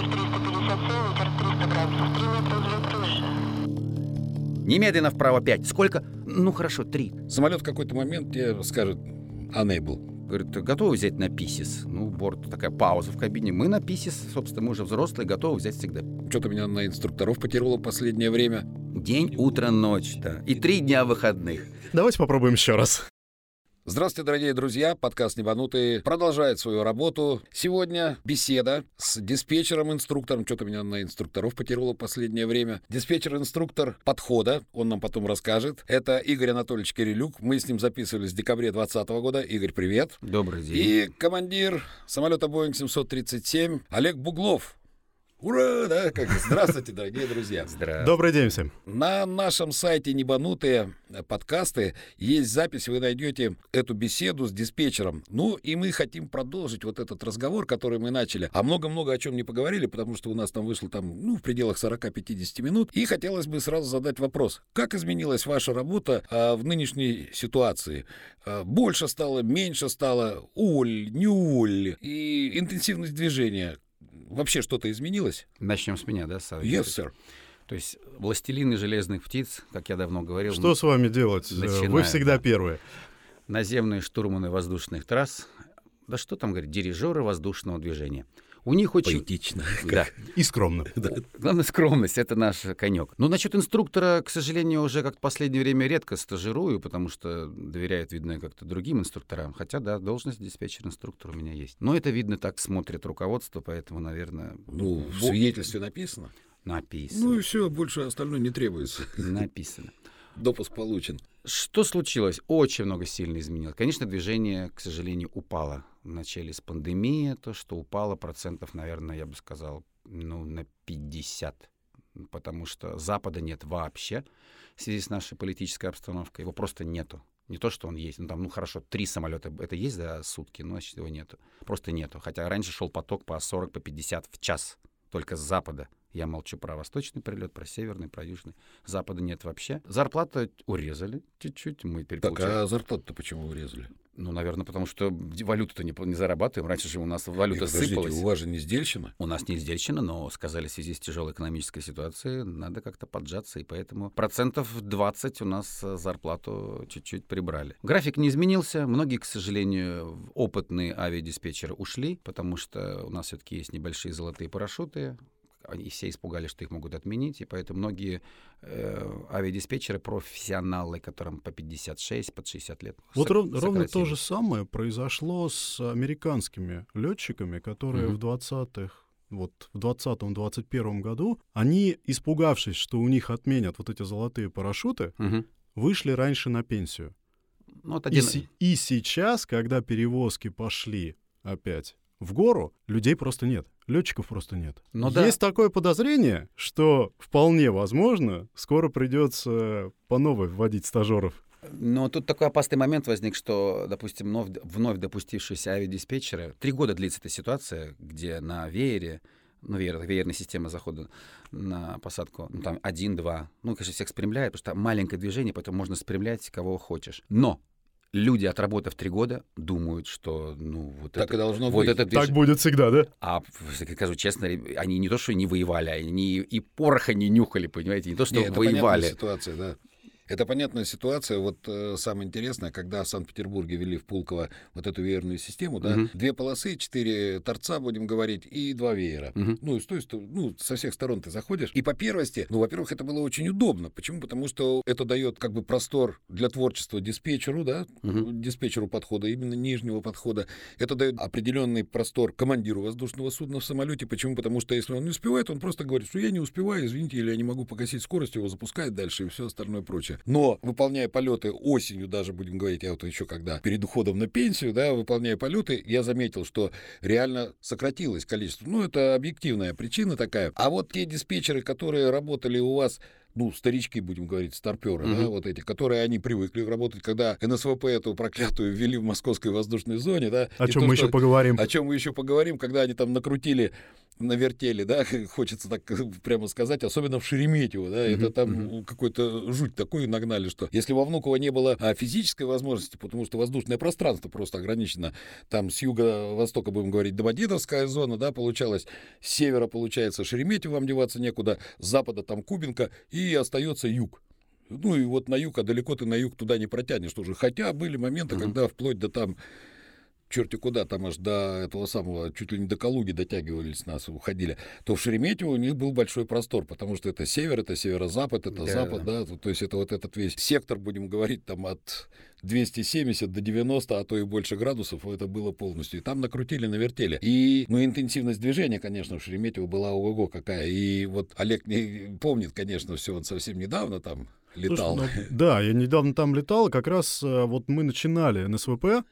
357, ветер 300 градусов, 3 метра взлет тоже. Немедленно вправо 5. Сколько? Ну хорошо, 3. Самолет в какой-то момент тебе скажет «unable». Говорит, готовы взять на писис? Ну, борт, такая пауза в кабине. Мы на писис, собственно, мы уже взрослые, готовы взять всегда. Что-то меня на инструкторов потянуло в последнее время. День, утро, ночь, да. И 3 дня выходных. Давайте попробуем еще раз. Здравствуйте, дорогие друзья. Подкаст «Небанутые» продолжает свою работу. Сегодня беседа с диспетчером-инструктором. Что-то меня на инструкторов потянуло в последнее время. Диспетчер-инструктор подхода. Он нам потом расскажет. Это Игорь Анатольевич Кирилюк. Мы с ним записывались в декабре 2020 года. Игорь, привет. Добрый день. И командир самолета Boeing 737 Олег Буглов. Ура! Да? Здравствуйте, дорогие друзья. Здравствуйте. Добрый день всем. На нашем сайте «Небанутые» подкасты есть запись, вы найдете эту беседу с диспетчером. Ну, и мы хотим продолжить вот этот разговор, который мы начали. А много-много о чем не поговорили, потому что у нас там вышло в пределах 40-50 минут. И хотелось бы сразу задать вопрос. Как изменилась ваша работа в нынешней ситуации? Больше стало, меньше стало? Уль, не уль? И интенсивность движения? Вообще что-то изменилось? Начнем с меня, да, Савва? Yes, sir. То есть властелины железных птиц, как я давно говорил. Что с вами делать? Вы всегда первые. Наземные штурманы воздушных трасс. Да что там говорить, дирижеры воздушного движения. У них очень... Поэтично. Да. И скромно. Главное, скромность — это наш конек. Ну, насчет инструктора, к сожалению, уже как-то в последнее время редко стажирую, потому что доверяют, видно, как-то другим инструкторам. Хотя, да, должность диспетчер-инструктора у меня есть. Но это, видно, так смотрит руководство, поэтому, наверное... Ну, в свидетельстве написано. Написано. Ну и все, больше остальное не требуется. Написано. Допуск получен. Что случилось? Очень много сильно изменилось. Конечно, движение, к сожалению, упало. В начале с пандемии, то, что упало процентов, наверное, я бы сказал, на 50. Потому что Запада нет вообще в связи с нашей политической обстановкой. Его просто нету. Не то, что он есть. Хорошо, 3 самолета это есть за сутки, но значит, его нету. Просто нету. Хотя раньше шел поток по 40, по 50 в час. Только с Запада. Я молчу про восточный прилет, про северный, про южный. Запада нет вообще. Зарплату урезали чуть-чуть. Мы теперь Так, а зарплату-то почему урезали? Ну, наверное, потому что валюту-то не зарабатываем. Раньше же у нас валюта сыпалась. У вас же не сдельщина? У нас не сдельщина, но сказали, в связи с тяжелой экономической ситуацией надо как-то поджаться, и поэтому 20% у нас зарплату чуть-чуть прибрали. График не изменился. Многие, к сожалению, опытные авиадиспетчеры ушли, потому что у нас все-таки есть небольшие золотые парашюты. Они все испугались, что их могут отменить, и поэтому многие авиадиспетчеры, профессионалы, которым по 56, под 60 лет. Вот ровно то же самое произошло с американскими летчиками, которые в 20-х, в 2020-2021 году, они, испугавшись, что у них отменят вот эти золотые парашюты, вышли раньше на пенсию. И сейчас, когда перевозки пошли опять в гору, людей просто нет. Летчиков просто нет. Есть такое подозрение, что вполне возможно, скоро придется по новой вводить стажеров. Но тут такой опасный момент возник, что, допустим, вновь допустившиеся авиадиспетчеры, 3 года длится эта ситуация, где на веере, веерная система захода на посадку, там 1-2, конечно, всех спрямляет, потому что маленькое движение, поэтому можно спрямлять кого хочешь. Но люди, отработав 3 года, думают, что так и должно быть. Так будет всегда, да? А, скажу честно, они не то, что не воевали, они и пороха не нюхали, понимаете, не то, что воевали. Это понятная ситуация, да. Это понятная ситуация. Вот самое интересное, когда в Санкт-Петербурге ввели в Пулково вот эту веерную систему, да, 2 полосы, 4 торца, будем говорить, и 2 веера. Со всех сторон ты заходишь. И по первости, во-первых, это было очень удобно. Почему? Потому что это дает простор для творчества диспетчеру, да, диспетчеру подхода, именно нижнего подхода. Это дает определенный простор командиру воздушного судна в самолете. Почему? Потому что если он не успевает, он просто говорит, что я не успеваю, извините, или я не могу погасить скорость, его запускает дальше и все остальное прочее. Но, выполняя полеты осенью, даже будем говорить, я еще когда перед уходом на пенсию, да, выполняя полеты, я заметил, что реально сократилось количество. Это объективная причина такая. А вот те диспетчеры, которые работали у вас, старички, будем говорить, старпёры, да, вот эти, которые они привыкли работать, когда НСВП эту проклятую ввели в московской воздушной зоне, да. О чем мы еще поговорим. О чем мы еще поговорим, когда они там накрутили на вертеле, да, хочется так прямо сказать, особенно в Шереметьево, да, это там какой-то жуть такой нагнали, что если во Внуково не было физической возможности, потому что воздушное пространство просто ограничено, там с юго-востока, будем говорить, Домодедовская зона, да, получалось, с севера, получается, Шереметьево, вам деваться некуда, с запада там Кубинка, и остается юг. Ну и вот на юг, а далеко ты на юг туда не протянешь тоже. Хотя были моменты, когда вплоть до там черти куда, там аж до этого самого, чуть ли не до Калуги дотягивались нас, уходили, то в Шереметьево у них был большой простор, потому что это север, это северо-запад, это запад, да, то есть это вот этот весь сектор, будем говорить, там от 270 до 90, а то и больше градусов, это было полностью. И там накрутили, навертели. И, ну, интенсивность движения, конечно, в Шереметьево была ого-го какая. И вот Олег не помнит, конечно, все, он совсем недавно там летал. Слушай, да, я недавно там летал, как раз вот мы начинали НСВП,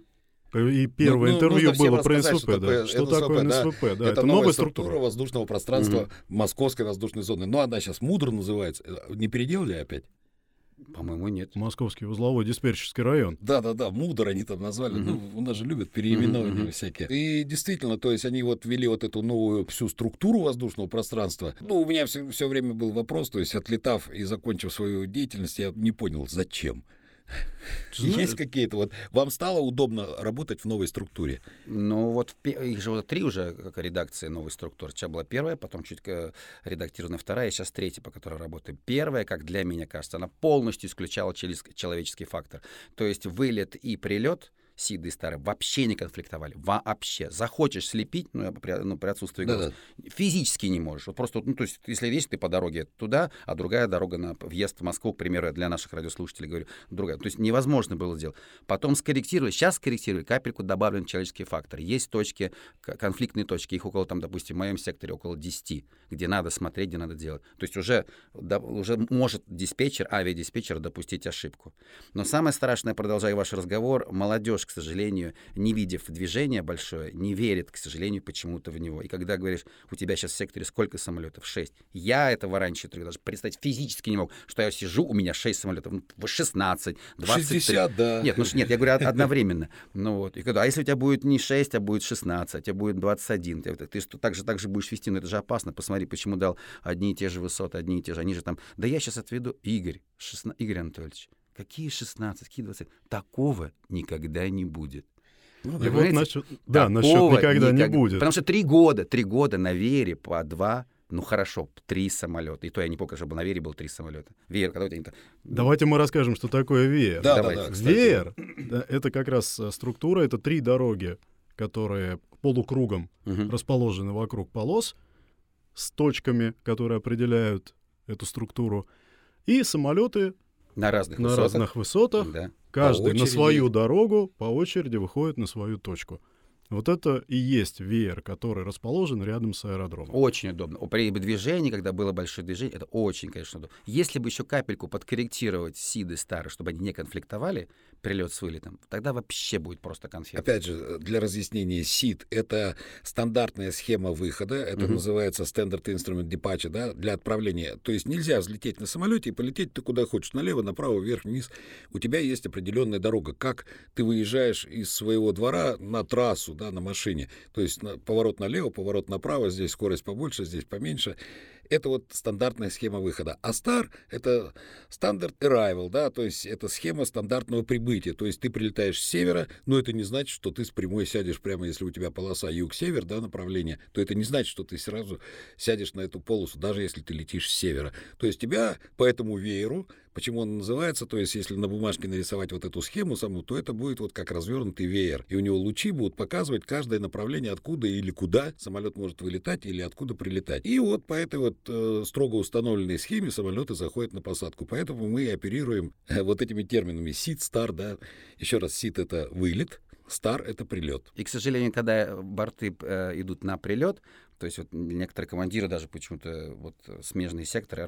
и первое интервью было про НСВП. Что такое НСВП? Да, это новая структура воздушного пространства Московской воздушной зоны. Но она сейчас МУДР называется. Не переделали опять? По-моему, нет. Московский узловой диспетчерский район. Да-да-да, МУДР они там назвали. Ну, у нас же любят переименования всякие. И действительно, то есть они вот ввели вот эту новую всю структуру воздушного пространства. Ну, у меня все время был вопрос, то есть отлетав и закончив свою деятельность, я не понял, зачем. Есть какие-то вот... Вам стало удобно работать в новой структуре? Ну вот их же вот 3 уже как редакции новой структуры. Сейчас была первая, потом чуть редактирована вторая, и сейчас третья, по которой работаем. Первая, как для меня кажется, она полностью исключала человеческий фактор. То есть вылет и прилет СИДы старые вообще не конфликтовали. Вообще. Захочешь слепить, при отсутствии глаз, физически не можешь. Вот просто, то есть, если едешь ты по дороге туда, а другая дорога на въезд в Москву, к примеру, для наших радиослушателей говорю, другая. То есть невозможно было сделать. Потом скорректировали, сейчас скорректировали, капельку добавлен человеческий фактор. Есть точки, конфликтные точки, их около, там, допустим, в моем секторе около 10, где надо смотреть, где надо делать. То есть уже может авиадиспетчер допустить ошибку. Но самое страшное, продолжая ваш разговор, молодежь, к сожалению, не видев движения большое, не верит, к сожалению, почему-то в него. И когда говоришь, у тебя сейчас в секторе сколько самолетов? 6. Я этого раньше даже представить физически не мог, что я сижу, у меня 6 самолетов, 16, 23. 60, да. Нет, я говорю одновременно. Ну вот. И когда, а если у тебя будет не 6, а будет 16, а у тебя будет 21, ты что, так же будешь вести, но это же опасно. Посмотри, почему дал одни и те же высоты, одни и те же. Они же там, да я сейчас отведу. Игорь Анатольевич, какие 16, какие 20? Такого никогда не будет. Ну, и вот насчет никогда не будет. Потому что 3 года на Вере по 2, ну хорошо, 3 самолета. И то я не помню, чтобы на Вере было 3 самолета. Веер, когда у тебя... Давайте мы расскажем, что такое веер. Да, веер — это как раз структура, это 3 дороги, которые полукругом расположены вокруг полос, с точками, которые определяют эту структуру, и самолеты на разных высотах, да. Каждый на свою дорогу по очереди выходит на свою точку. Вот это и есть веер, который расположен рядом с аэродромом. Очень удобно. При движении, когда было большое движение, это очень, конечно, удобно. Если бы еще капельку подкорректировать СИДы старые, чтобы они не конфликтовали, прилет с вылетом, тогда вообще будет просто конфет. Опять же, для разъяснения, СИД — это стандартная схема выхода, это называется Standard Instrument Departure, да, для отправления. То есть нельзя взлететь на самолете и полететь ты куда хочешь, налево, направо, вверх, вниз. У тебя есть определенная дорога, как ты выезжаешь из своего двора на трассу, да, на машине. То есть поворот налево, поворот направо, здесь скорость побольше, здесь поменьше. Это вот стандартная схема выхода. А STAR — это Standard Arrival, да, то есть это схема стандартного прибытия. То есть ты прилетаешь с севера, но это не значит, что ты с прямой сядешь прямо, если у тебя полоса юг-север, да, направление, то это не значит, что ты сразу сядешь на эту полосу, даже если ты летишь с севера. То есть тебя по этому вееру, почему он называется, то есть если на бумажке нарисовать вот эту схему саму, то это будет вот как развернутый веер. И у него лучи будут показывать каждое направление, откуда или куда самолет может вылетать или откуда прилетать. И вот по этой вот строго установленной схеме самолеты заходят на посадку. Поэтому мы оперируем вот этими терминами SID, STAR, да. Еще раз, SID — это вылет, STAR — это прилет. И, к сожалению, когда борты идут на прилет, то есть вот некоторые командиры даже почему-то вот смежный сектор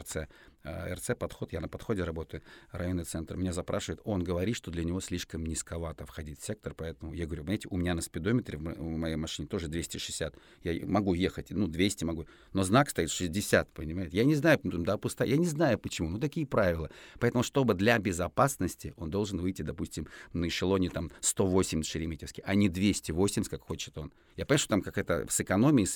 РЦ подход, я на подходе работаю, районный центр, меня запрашивает, он говорит, что для него слишком низковато входить в сектор, поэтому я говорю, знаете, у меня на спидометре в моей машине тоже 260, я могу ехать, 200 могу, но знак стоит 60, понимаете, я не знаю, я не знаю почему, такие правила, поэтому чтобы для безопасности он должен выйти, допустим, на эшелоне там 180 Шереметьевский, а не 280, как хочет он. Я понимаю, что там какая-то с экономией связано,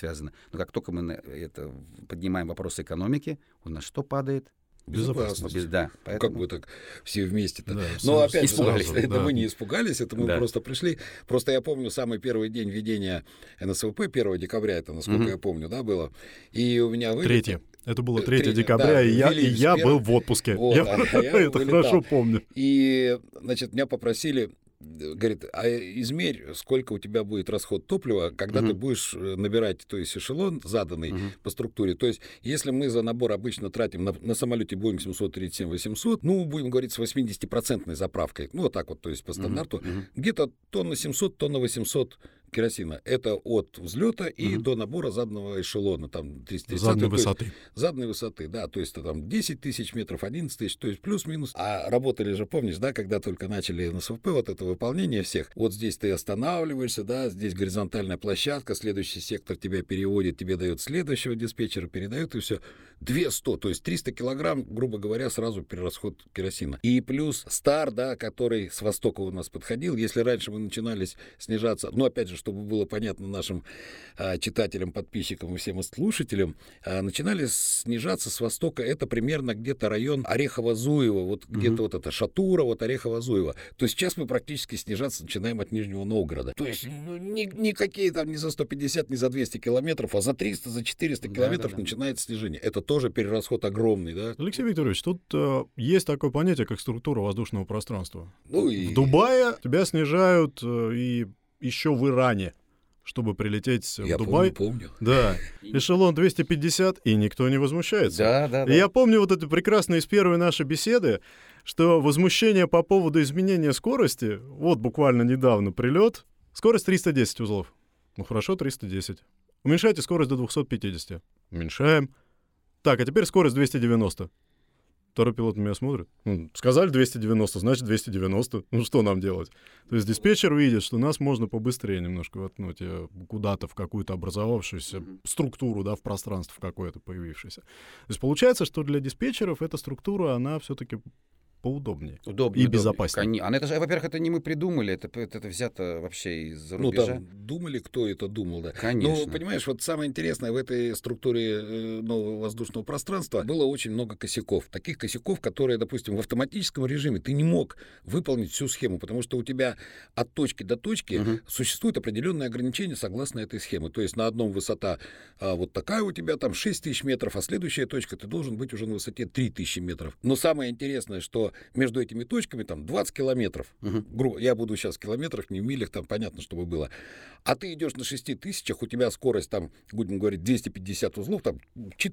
Но как только мы поднимаем вопросы экономики, у нас что падает? Безопасность. Да, поэтому... Как бы так все вместе-то. Да, но опять же, испугались. Это мы не испугались, это мы просто пришли. Просто я помню самый первый день введения НСВП, 1 декабря, это, насколько я помню, да, было. И у меня вылет... 3. Это было 3 декабря, и я был в отпуске. Вот, я это хорошо помню. И, значит, меня попросили... Говорит, а измерь, сколько у тебя будет расход топлива, когда ты будешь набирать, то есть эшелон заданный по структуре. То есть, если мы за набор обычно тратим на самолете Boeing 737-800, ну, будем говорить, с 80% заправкой, ну, вот так вот, то есть по стандарту, где-то тонна 700, тонна 800 керосина. Это от взлета и до набора заданного эшелона. Там 330, заданной высоты. Заданной высоты, да. То есть там 10 тысяч метров, 11 тысяч, то есть плюс-минус. А работали же, помнишь, да, когда только начали НСВП, вот это выполнение всех. Вот здесь ты останавливаешься, да, здесь горизонтальная площадка, следующий сектор тебя переводит, тебе дает следующего диспетчера, передают, и все. 200, то есть 300 килограмм, грубо говоря, сразу перерасход керосина. И плюс Стар, да, который с востока у нас подходил. Если раньше мы начинались снижаться, ну, опять же, чтобы было понятно нашим читателям, подписчикам и всем слушателям, начинали снижаться с востока. Это примерно где-то район Орехово-Зуево, вот где-то вот это Шатура, вот Орехово-Зуево. То есть сейчас мы практически снижаться начинаем от Нижнего Новгорода. То есть никакие там не за 150, не за 200 километров, а за 300, за 400 километров начинается снижение. Это тоже перерасход огромный, да? Алексей Викторович, тут есть такое понятие, как структура воздушного пространства. Ну, и... В Дубае тебя снижают и еще в Иране, чтобы прилететь в Дубай. Я помню. Да. Эшелон 250, и никто не возмущается. Да. И я помню вот это прекрасно из первой нашей беседы, что возмущение по поводу изменения скорости, вот буквально недавно прилет, скорость 310 узлов. Ну хорошо, 310. Уменьшайте скорость до 250. Уменьшаем. Так, а теперь скорость 290. Второй пилот на меня смотрит. Ну, сказали 290, значит 290. Ну, что нам делать? То есть диспетчер видит, что нас можно побыстрее немножко воткнуть куда-то в какую-то образовавшуюся структуру, да, в пространство в какое-то появившееся. То есть получается, что для диспетчеров эта структура, она все-таки поудобнее. Удобнее. И безопаснее. А это же, во-первых, это не мы придумали, это взято вообще из-за рубежа. Ну, там думали, кто это думал, да. Конечно. Ну, понимаешь, вот самое интересное, в этой структуре нового воздушного пространства было очень много косяков. Таких косяков, которые, допустим, в автоматическом режиме ты не мог выполнить всю схему, потому что у тебя от точки до точки существует определенное ограничение согласно этой схеме. То есть на одном высота вот такая у тебя, там 6 тысяч метров, а следующая точка ты должен быть уже на высоте 3000 метров. Но самое интересное, что между этими точками там 20 километров. Я буду сейчас в километрах, не в милях, там понятно, чтобы было. А ты идешь на 6000, у тебя скорость там, будем говорить, 250 узлов, там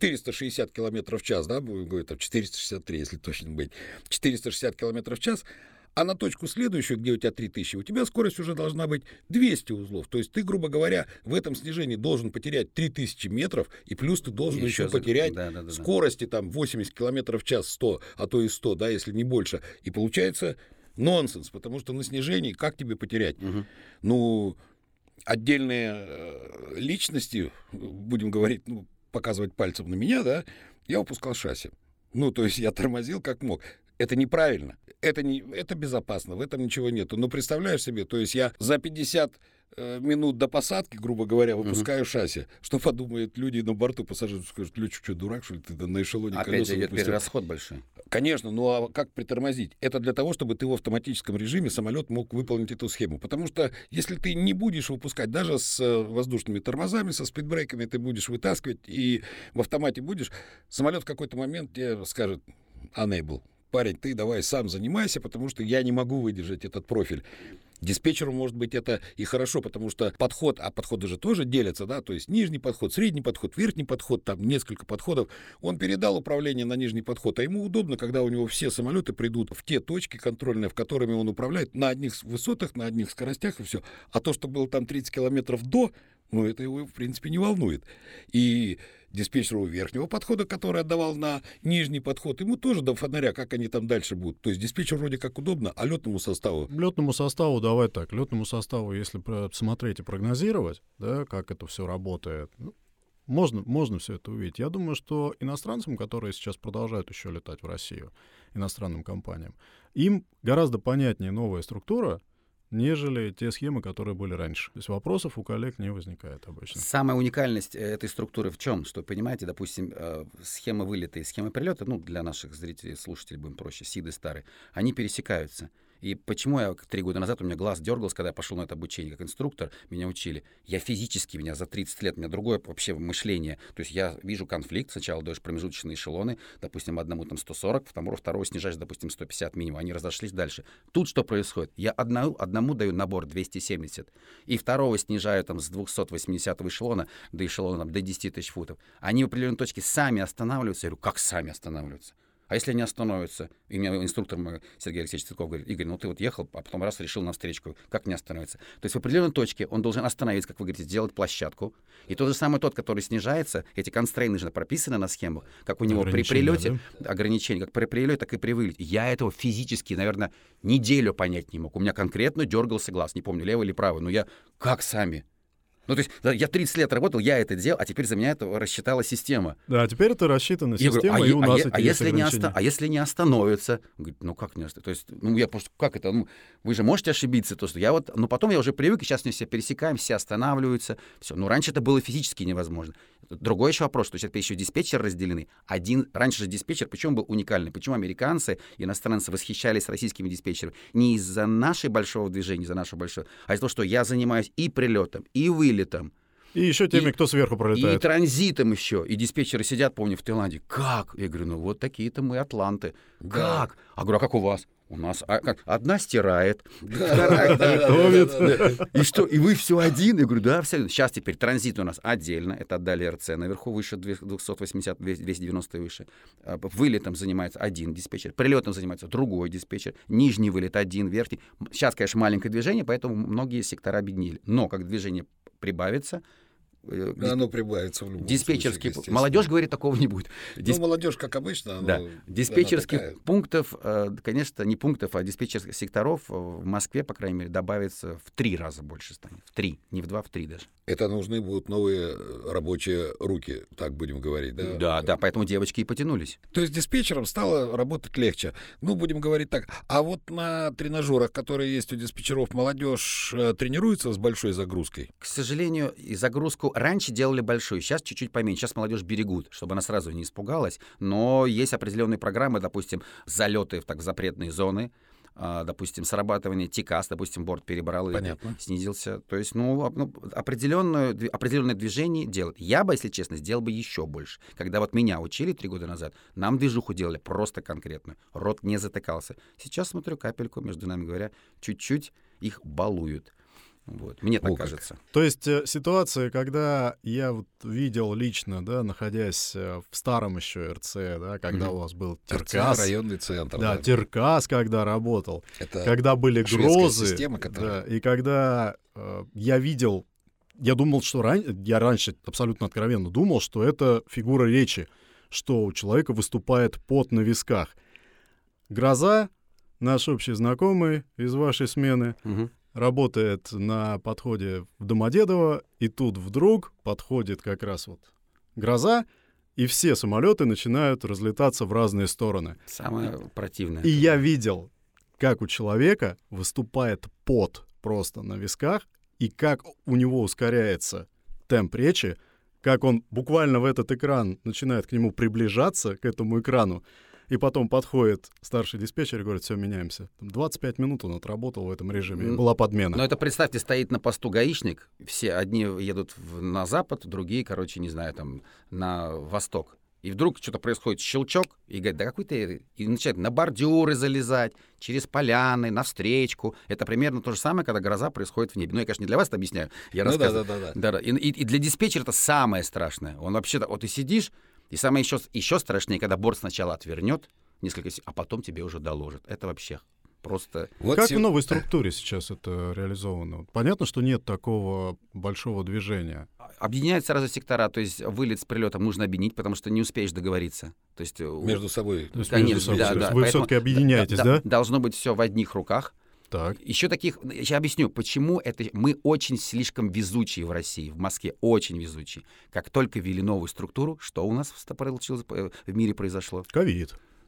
460 километров в час, да, будем говорить, там 463, если точно быть. 460 километров в час. А на точку следующую, где у тебя 3000, у тебя скорость уже должна быть 200 узлов. То есть ты, грубо говоря, в этом снижении должен потерять 3000 метров, и плюс ты должен еще потерять скорости там 80 километров в час, 100, а то и 100, да, если не больше. И получается нонсенс, потому что на снижении как тебе потерять? Ну, отдельные личности, будем говорить, ну, показывать пальцем на меня, да, я выпускал шасси. Ну, то есть я тормозил как мог. Это неправильно, это безопасно, в этом ничего нету. Но представляешь себе, то есть я за 50 минут до посадки, грубо говоря, выпускаю шасси. Что подумают люди на борту, пассажиры скажут: Лёчик, что, дурак, что ли, ты на эшелоне колеса Опять же идет выпустил? перерасход большой. Конечно, ну а как притормозить? Это для того, чтобы ты в автоматическом режиме самолет мог выполнить эту схему. Потому что если ты не будешь выпускать, даже с воздушными тормозами, со спидбрейками, ты будешь вытаскивать и в автомате будешь, самолет в какой-то момент тебе скажет: unable. Парень, ты давай сам занимайся, потому что я не могу выдержать этот профиль. Диспетчеру, может быть, это и хорошо, потому что подход, а подходы же тоже делятся, да, то есть нижний подход, средний подход, верхний подход, там несколько подходов. Он передал управление на нижний подход, а ему удобно, когда у него все самолеты придут в те точки контрольные, в которыми он управляет, на одних высотах, на одних скоростях и все. А то, что было там 30 километров до, ну, это его, в принципе, не волнует. И диспетчеру верхнего подхода, который отдавал на нижний подход, ему тоже до фонаря, как они там дальше будут. То есть диспетчер вроде как удобно, а летному составу? Летному составу давай так. Летному составу, если смотреть и прогнозировать, да, как это все работает, ну, можно все это увидеть. Я думаю, что иностранцам, которые сейчас продолжают еще летать в Россию, иностранным компаниям, им гораздо понятнее новая структура, нежели те схемы, которые были раньше. То есть вопросов у коллег не возникает обычно. Самая уникальность этой структуры в чем? Что, понимаете, допустим, схема вылета и схема прилета, ну, для наших зрителей, слушателей будем проще, СИДы старые, они пересекаются. И почему я 3 года назад у меня глаз дергался, когда я пошел на это обучение как инструктор, меня учили. Я физически, меня за 30 лет, у меня другое вообще мышление. То есть я вижу конфликт, сначала даешь промежуточные эшелоны, допустим, одному там 140, второго снижаешь, допустим, 150 минимум, они разошлись дальше. Тут что происходит? Я одному даю набор 270, и второго снижаю там с 280 эшелона до эшелона там, до 10 тысяч футов. Они в определенной точке сами останавливаются. Я говорю, как сами останавливаются? А если они остановятся? И мне инструктор мой, Сергей Алексеевич Цветков, говорит: Игорь, ну ты вот ехал, а потом раз решил на встречку, как не остановиться? То есть в определенной точке он должен остановиться, как вы говорите, сделать площадку. И тот же самый тот, который снижается, эти констрейны же прописаны на схему, как у него при прилете, да? Ограничения, как при прилете, так и при вылете. Я этого физически, наверное, неделю понять не мог. У меня конкретно дергался глаз, не помню, левый или правый, но я как сами? Ну, то есть, да, я 30 лет работал, я это делал, а теперь за меня это рассчитала система. Да, теперь это рассчитана система, говорю, и у нас эти ограничения. Если не остановится? Говорит, ну как не остановится? То есть, ну я просто, как это? Ну, вы же можете ошибиться, то, что я вот, ну потом я уже привык, и сейчас мы все пересекаем, все останавливаются, все. Ну раньше это было физически невозможно. Другой еще вопрос, что сейчас еще диспетчеры разделены. Раньше же диспетчер, почему был уникальный? Почему американцы, иностранцы восхищались российскими диспетчерами? Не из-за нашего большого движения, а из-за того, что я занимаюсь и прилетом, и вылетом. И еще теми, кто сверху пролетает. И транзитом еще. И диспетчеры сидят, помню, в Таиланде. Как? Я говорю, ну вот такие-то мы атланты. Да. Как? А говорю, а как у вас? У нас одна стирает, вторая готовит. И что? И вы все один? Я говорю, да, все. Сейчас теперь транзит у нас отдельно. Это отдали РЦ. Наверху выше 280, 290 и выше. Вылетом занимается один диспетчер. Прилетом занимается другой диспетчер. Нижний вылет один, верхний. Сейчас, конечно, маленькое движение, поэтому многие сектора объединили. Но как движение прибавится, оно прибавится в любом диспетчерский случае, молодежь говорит, такого не будет. Ну, молодежь, как обычно, да. Диспетчерских пунктов, конечно, не пунктов, а диспетчерских секторов в Москве, по крайней мере, добавится в 3 раза больше станет. В 3, не в 2, в 3 даже. Это нужны будут новые рабочие руки, так будем говорить, да? Да, поэтому девочки и потянулись. То есть диспетчерам стало работать легче. Ну, будем говорить так. А вот на тренажерах, которые есть у диспетчеров, молодежь тренируется с большой загрузкой? К сожалению, и загрузку раньше делали большую, сейчас чуть-чуть поменьше. Сейчас молодежь берегут, чтобы она сразу не испугалась. Но есть определенные программы, допустим, залеты в запретные зоны, допустим, срабатывание ТИКАС, допустим, борт перебрал и снизился. То есть, определенное движение делать. Я бы, если честно, сделал бы еще больше. Когда вот меня учили 3 года назад, нам движуху делали просто конкретно. Рот не затыкался. Сейчас смотрю капельку, между нами говоря, чуть-чуть их балуют. Вот. Мне так кажется. То есть ситуация, когда я вот видел лично, да, находясь в старом еще РЦ, да, когда у вас был Теркас. Районный центр. Да, Теркас, когда работал. Это когда были грозы. Система, которая... Да, и когда я видел, я думал, что я раньше абсолютно откровенно думал, что это фигура речи, что у человека выступает пот на висках. Гроза, наш общий знакомый из вашей смены, работает на подходе в Домодедово, и тут вдруг подходит как раз вот гроза, и все самолеты начинают разлетаться в разные стороны. Самое противное. И я видел, как у человека выступает пот просто на висках, и как у него ускоряется темп речи, как он буквально в этот экран начинает к нему приближаться, к этому экрану, и потом подходит старший диспетчер и говорит, все, меняемся. 25 минут он отработал в этом режиме, была подмена. Но это, представьте, стоит на посту гаишник, все одни едут на запад, другие, не знаю, там, на восток. И вдруг что-то происходит, щелчок, и говорит, да какой ты... И начинает на бордюры залезать, через поляны, навстречку. Это примерно то же самое, когда гроза происходит в небе. Ну, я, конечно, не для вас это объясняю, я рассказываю. Да. И для диспетчера это самое страшное. Он вообще-то, вот ты сидишь, и самое еще страшнее, когда борт сначала отвернет несколько секунд, а потом тебе уже доложит. Это вообще просто... Вот как в новой структуре сейчас это реализовано? Понятно, что нет такого большого движения. Объединяют сразу сектора, то есть вылет с прилетом нужно объединить, потому что не успеешь договориться. То есть, между собой. Конечно, да. Вы все-таки объединяетесь, да? Должно быть все в одних руках. Так. Еще таких, я объясню, почему это мы очень слишком везучие в России, в Москве очень везучие. Как только ввели новую структуру, что у нас получилось в мире произошло? Ковид.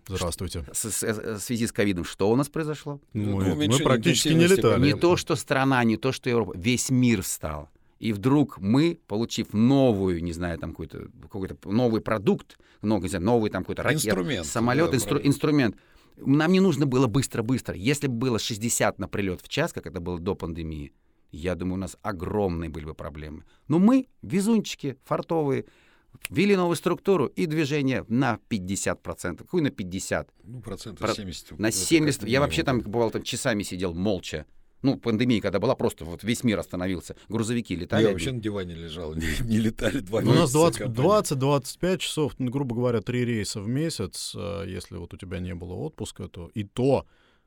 Здравствуйте. В связи с ковидом что у нас произошло? Мы практически не летали. Не то, что страна, не то, что Европа. Весь мир встал. И вдруг мы, получив новую, не знаю, там какой-то новый продукт, новый там какой-то ракет, самолет, инструмент, нам не нужно было быстро-быстро. Если бы было 60 на прилет в час, как это было до пандемии, я думаю, у нас огромные были бы проблемы. Но мы, везунчики, фартовые, ввели новую структуру и движение на 50%. Какую на 50%? Ну, процентов 70. На 70%. Я вообще там, бывало, там часами сидел молча. Ну, пандемия, когда была, просто вот весь мир остановился. Грузовики летали. Я вообще на диване лежал, не летали 2 месяца. У нас 20-25 часов, грубо говоря, 3 рейса в месяц. Если вот у тебя не было отпуска, то и то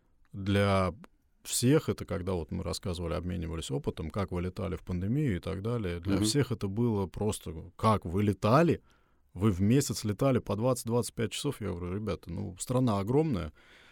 для всех это, когда вот мы рассказывали, обменивались опытом, как вы летали в пандемию и так далее, для всех это было просто, как вы летали, вы в месяц летали по 20-25 часов. Я говорю, ребята, страна огромная,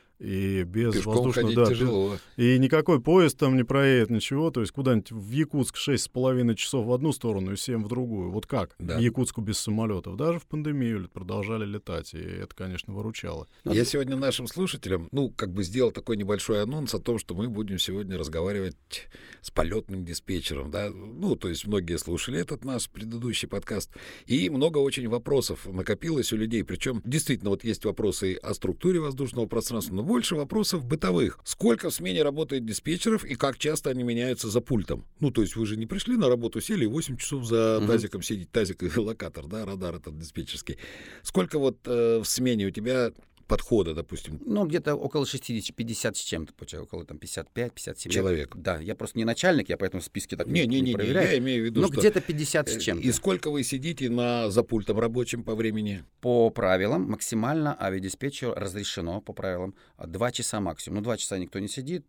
и без пешком воздушного... ходить тяжело. И никакой поезд там не проедет, ничего. То есть куда-нибудь в Якутск 6,5 часов в одну сторону и 7 в другую. Вот как? Да. В Якутску без самолетов. Даже в пандемию продолжали летать. И это, конечно, выручало. Я сегодня нашим слушателям, сделал такой небольшой анонс о том, что мы будем сегодня разговаривать с полетным диспетчером. Да? То есть многие слушали этот наш предыдущий подкаст. И много очень вопросов накопилось у людей. Причем действительно вот есть вопросы о структуре воздушного пространства, но больше вопросов бытовых. Сколько в смене работает диспетчеров и как часто они меняются за пультом? То есть вы же не пришли на работу, сели и 8 часов за тазиком сидеть. Тазик и локатор, да, радар этот диспетчерский. Сколько вот в смене у тебя подхода, допустим? Где-то около 60-50 с чем-то, около 55-57. Человек. Да, я просто не начальник, я поэтому в списке так не проверяю. Я имею в виду, что... где-то 50 с чем-то. И сколько вы сидите за пультом рабочим по времени? По правилам максимально авиадиспетчеру разрешено по правилам 2 часа максимум. 2 часа никто не сидит,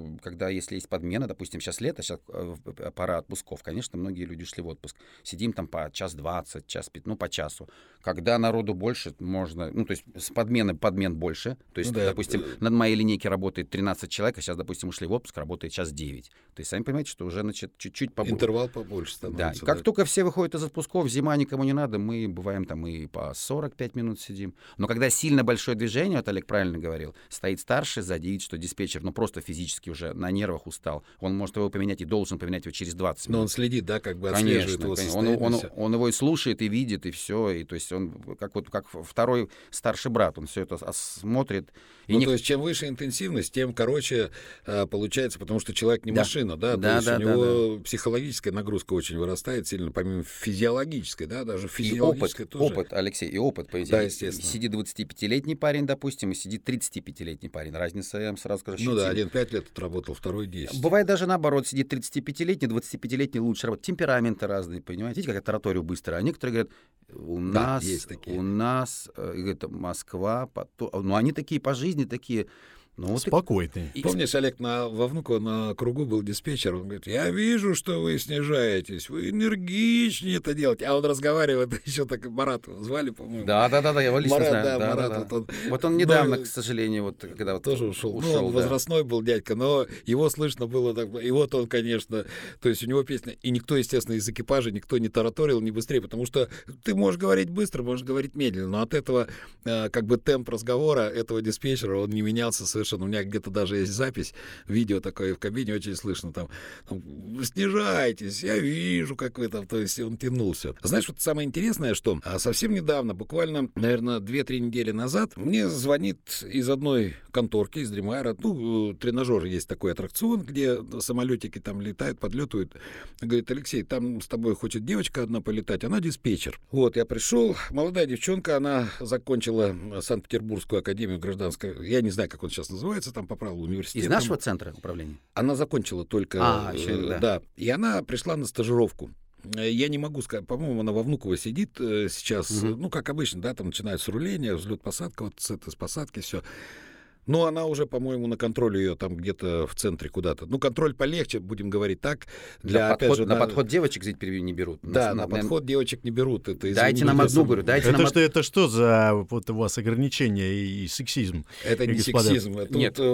если есть подмена, допустим, сейчас лето, сейчас пора отпусков, конечно, многие люди ушли в отпуск. Сидим там по час 20, час 5, по часу. Когда народу больше, можно, то есть с подмен больше. То есть, допустим, над моей линейке работает 13 человек, а сейчас, допустим, ушли в отпуск, работает час 9. То есть, сами понимаете, что уже, чуть-чуть побольше. Интервал побольше становится. Да, как только все выходят из отпусков, зима никому не надо, мы бываем там и по 45 минут сидим. Но когда сильно большое движение, вот Олег правильно говорил, стоит старший, сзади видит, что диспетчер, просто физически уже на нервах устал. Он может его поменять и должен поменять его через 20 минут. Но он следит, да, отслеживает его состояние. Он его и слушает, и видит, и все. И, то есть он как второй старший брат, он все это смотрит. То есть чем выше интенсивность, тем короче получается, потому что человек не машина, да? То есть у него психологическая нагрузка очень вырастает сильно, помимо физиологической, да, даже физиологической тоже. Опыт, Алексей, и опыт. Да, естественно. Сидит 25-летний парень, допустим, и сидит 35-летний парень. Разница, я вам сразу скажу, один 5 лет отработал, второй 10. Бывает даже наоборот, сидит 35-летний, 25-летний лучше работает. Темпераменты разные, понимаете? Видите, как я тараторю быстро. А некоторые говорят, у нас это Москва, они такие по жизни, такие... Спокойный. Помнишь, Олег, во Внуково на кругу был диспетчер, он говорит, я вижу, что вы снижаетесь, вы энергичнее это делаете. А он разговаривает, еще так Марат звали, по-моему. Да, я его лично знаю. Марат. Вот он недавно, к сожалению, когда тоже ушел. Он возрастной был дядька, но его слышно было так. И вот он, конечно, то есть у него песня, и никто, естественно, из экипажа, никто не тараторил, не быстрее, потому что ты можешь говорить быстро, можешь говорить медленно, но от этого темп разговора этого диспетчера, он не менялся совершенно. У меня где-то даже есть запись, видео такое в кабине, очень слышно там снижайтесь, я вижу, как вы там, то есть он тянулся. Знаешь, вот самое интересное, что совсем недавно, буквально, наверное, 2-3 недели назад, мне звонит из одной конторки, из Дримайра, тренажер есть такой аттракцион, где самолетики там летают, подлетают, говорит, Алексей, там с тобой хочет девочка одна полетать, она диспетчер. Вот, я пришел, молодая девчонка, она закончила Санкт-Петербургскую академию гражданской, я не знаю, как он сейчас называется, там по правилу университета. Из нашего центра управления? Она закончила только... Да. И она пришла на стажировку. Я не могу сказать, по-моему, она во Внуково сидит сейчас, как обычно, да, там начинается руление, взлет-посадка, вот с посадки, все. Но она уже, по-моему, на контроле ее там где-то в центре куда-то. Контроль полегче, будем говорить так. На подход девочек, здесь перевью, не берут. На подход девочек не берут. Дайте нам одну, говорю, Это что за вот у вас ограничения и сексизм? Это не сексизм. Нет.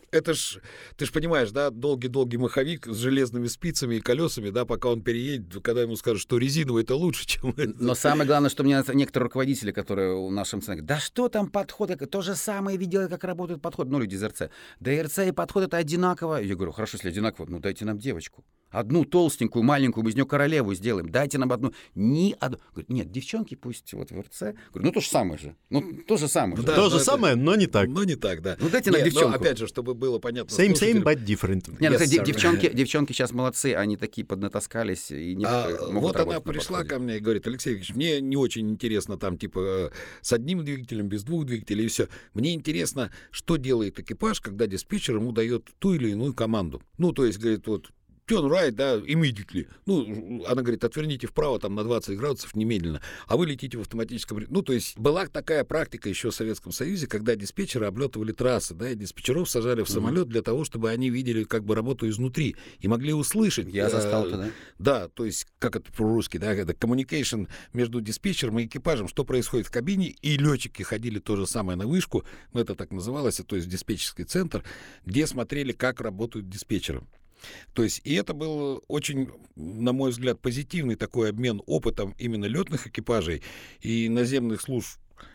это ж, ты ж понимаешь, да, долгий-долгий маховик с железными спицами и колесами, да, пока он переедет, когда ему скажут, что резиновый это лучше, чем это. Но самое главное, что мне некоторые руководители, которые у нашем центре, да что там подход, то же самое видела, как работает подход, ну, люди из РЦ. Да и РЦ и подход это одинаково. Я говорю, хорошо, если одинаково, ну дайте нам девочку. Одну толстенькую, маленькую, мы из нее королеву сделаем. Дайте нам одну. Ни одну. Говорит, нет, девчонки пусть вот в РЦ. Говорю, ну то же самое же. Ну то же самое же. Да, то же самое, но не так. Но не так, да. Ну дайте нам девчонку. Но, опять же, чтобы было понятно. Same, but different. Нет, Yes, sir. девчонки сейчас молодцы, они такие поднатаскались. И Вот она пришла ко мне и говорит, Алексей Викторович, мне не очень интересно там типа с одним двигателем, без двух двигателей и все. Мне интересно, что делает экипаж, когда диспетчер ему дает ту или иную команду. Ну, то есть, говорит, вот turn right, да, immediately. Ну, она говорит, отверните вправо там на 20 градусов немедленно, а вы летите в автоматическом... Ну, то есть была такая практика еще в Советском Союзе, когда диспетчеры облетывали трассы, да, и диспетчеров сажали в самолет для того, чтобы они видели как бы работу изнутри и могли услышать. Я застал это, да? Да, то есть, как это по-русски, да, это communication между диспетчером и экипажем, что происходит в кабине, и летчики ходили то же самое на вышку, ну, это так называлось, то есть диспетчерский центр, где смотрели, как работают диспетчеры. То есть, и это был очень, на мой взгляд, позитивный такой обмен опытом именно летных экипажей и наземных служб.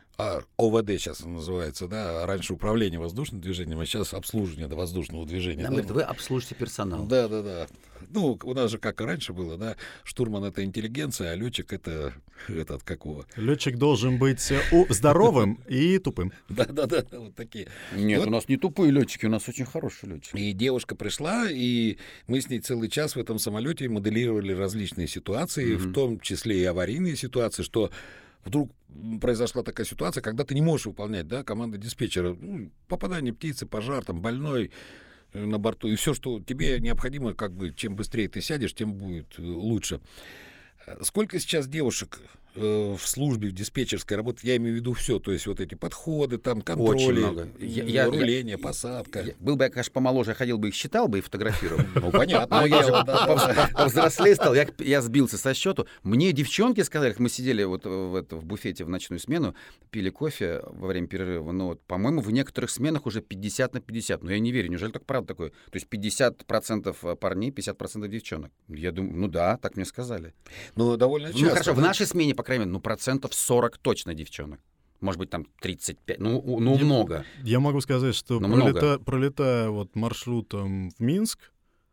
ОВД сейчас называется, да, раньше управление воздушным движением, а сейчас обслуживание воздушного движения. Нам говорят, вы обслужите персонал. Да. Ну, у нас же как и раньше было, да, штурман — это интеллигенция, а летчик — это от какого? Летчик должен быть здоровым и тупым. Да, вот такие. Нет, Вот. у нас не тупые летчики, у нас очень хорошие летчики. И девушка пришла, и мы с ней целый час в этом самолете моделировали различные ситуации, в том числе и аварийные ситуации, что вдруг произошла такая ситуация, когда ты не можешь выполнять, да, команды диспетчера. Ну, попадание птицы, пожар, там, больной на борту. И все, что тебе необходимо, как бы, чем быстрее ты сядешь, тем будет лучше. Сколько сейчас девушек в службе, в диспетчерской работе, я имею в виду все, то есть вот эти подходы, там, контроли, руление, посадка. Был бы я, конечно, помоложе, я ходил бы их считал бы и фотографировал. Ну, понятно. Но я же повзрослее стал, я сбился со счету. Мне девчонки сказали, как мы сидели вот в буфете в ночную смену, пили кофе во время перерыва, но, вот, по-моему, в некоторых сменах уже 50 на 50. Но я не верю, неужели так правда такое? То есть 50% парней, 50% девчонок. Я думаю, ну да, так мне сказали. Ну, довольно часто. Ну, хорошо, в нашей смене, по крайней мере, ну, 40% точно девчонок. Может быть, там 35, ну много. Я могу сказать, что пролетая вот маршрутом в Минск,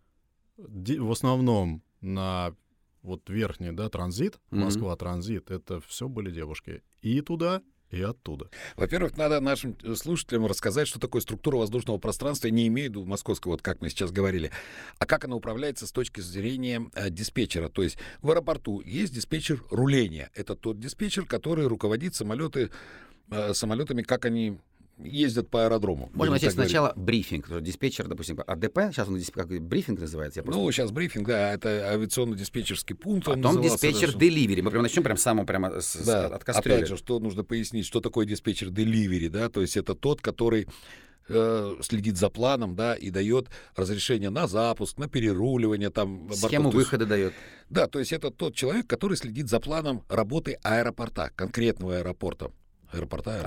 в основном на вот верхний, да, транзит, Москва-транзит, это все были девушки. И туда, и оттуда. Во-первых, надо нашим слушателям рассказать, что такое структура воздушного пространства, не имея в виду московского, вот как мы сейчас говорили, а как она управляется с точки зрения диспетчера. То есть в аэропорту есть диспетчер руления. Это тот диспетчер, который руководит самолетами, как они ездят по аэродрому. Можно начать сначала брифинг. Диспетчер, допустим, АДП, сейчас он как брифинг называется. Ну, сейчас брифинг, да, это авиационно-диспетчерский пункт. Потом диспетчер деливери. Мы прям начнем от кастрюли. Опять же, что нужно пояснить, что такое диспетчер деливери, да, то есть это тот, который следит за планом, да, и дает разрешение на запуск, на переруливание, там, схему выхода дает. Да, то есть это тот человек, который следит за планом работы аэропорта, конкретного аэропорта. Аэропорта,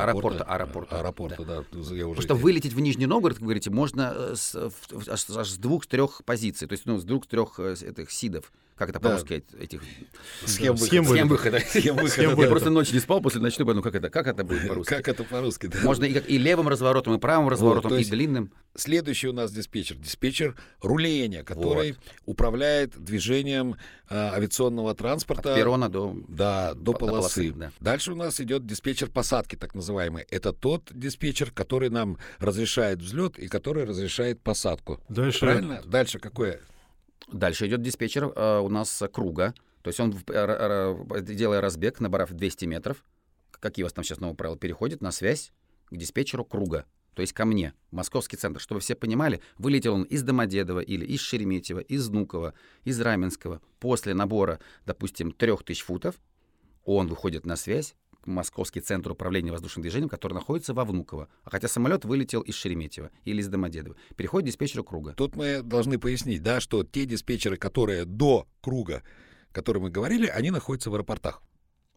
да. Потому что вылететь в Нижний Новгород, как вы говорите, можно аж с 2-3 позиций, то есть с 2-3 этих сидов. Как это по-русски? Этих Схем выхода. Я просто ночь не спал после ночной, ну как это будет по-русски? Как это по-русски? Можно и левым разворотом, и правым разворотом, и длинным. Следующий у нас диспетчер руления, который управляет движением авиационного транспорта. От перрона до полосы. Да. Дальше у нас идет диспетчер посадки, так называемый. Это тот диспетчер, который нам разрешает взлет и который разрешает посадку. Правильно? Дальше какое? Дальше идет диспетчер у нас круга. То есть он, делая разбег, набрав 200 метров, какие у вас там сейчас новые правила, переходит на связь к диспетчеру круга. То есть ко мне, московский центр. Чтобы все понимали, вылетел он из Домодедово или из Шереметьево, из Внуково, из Раменского. После набора, допустим, 3000 футов, он выходит на связь к Московский центр управления воздушным движением, который находится во Внуково. А хотя самолет вылетел из Шереметьево или из Домодедово. Переходит к диспетчеру круга. Тут мы должны пояснить, да, что те диспетчеры, которые до круга, о которых мы говорили, они находятся в аэропортах. Да.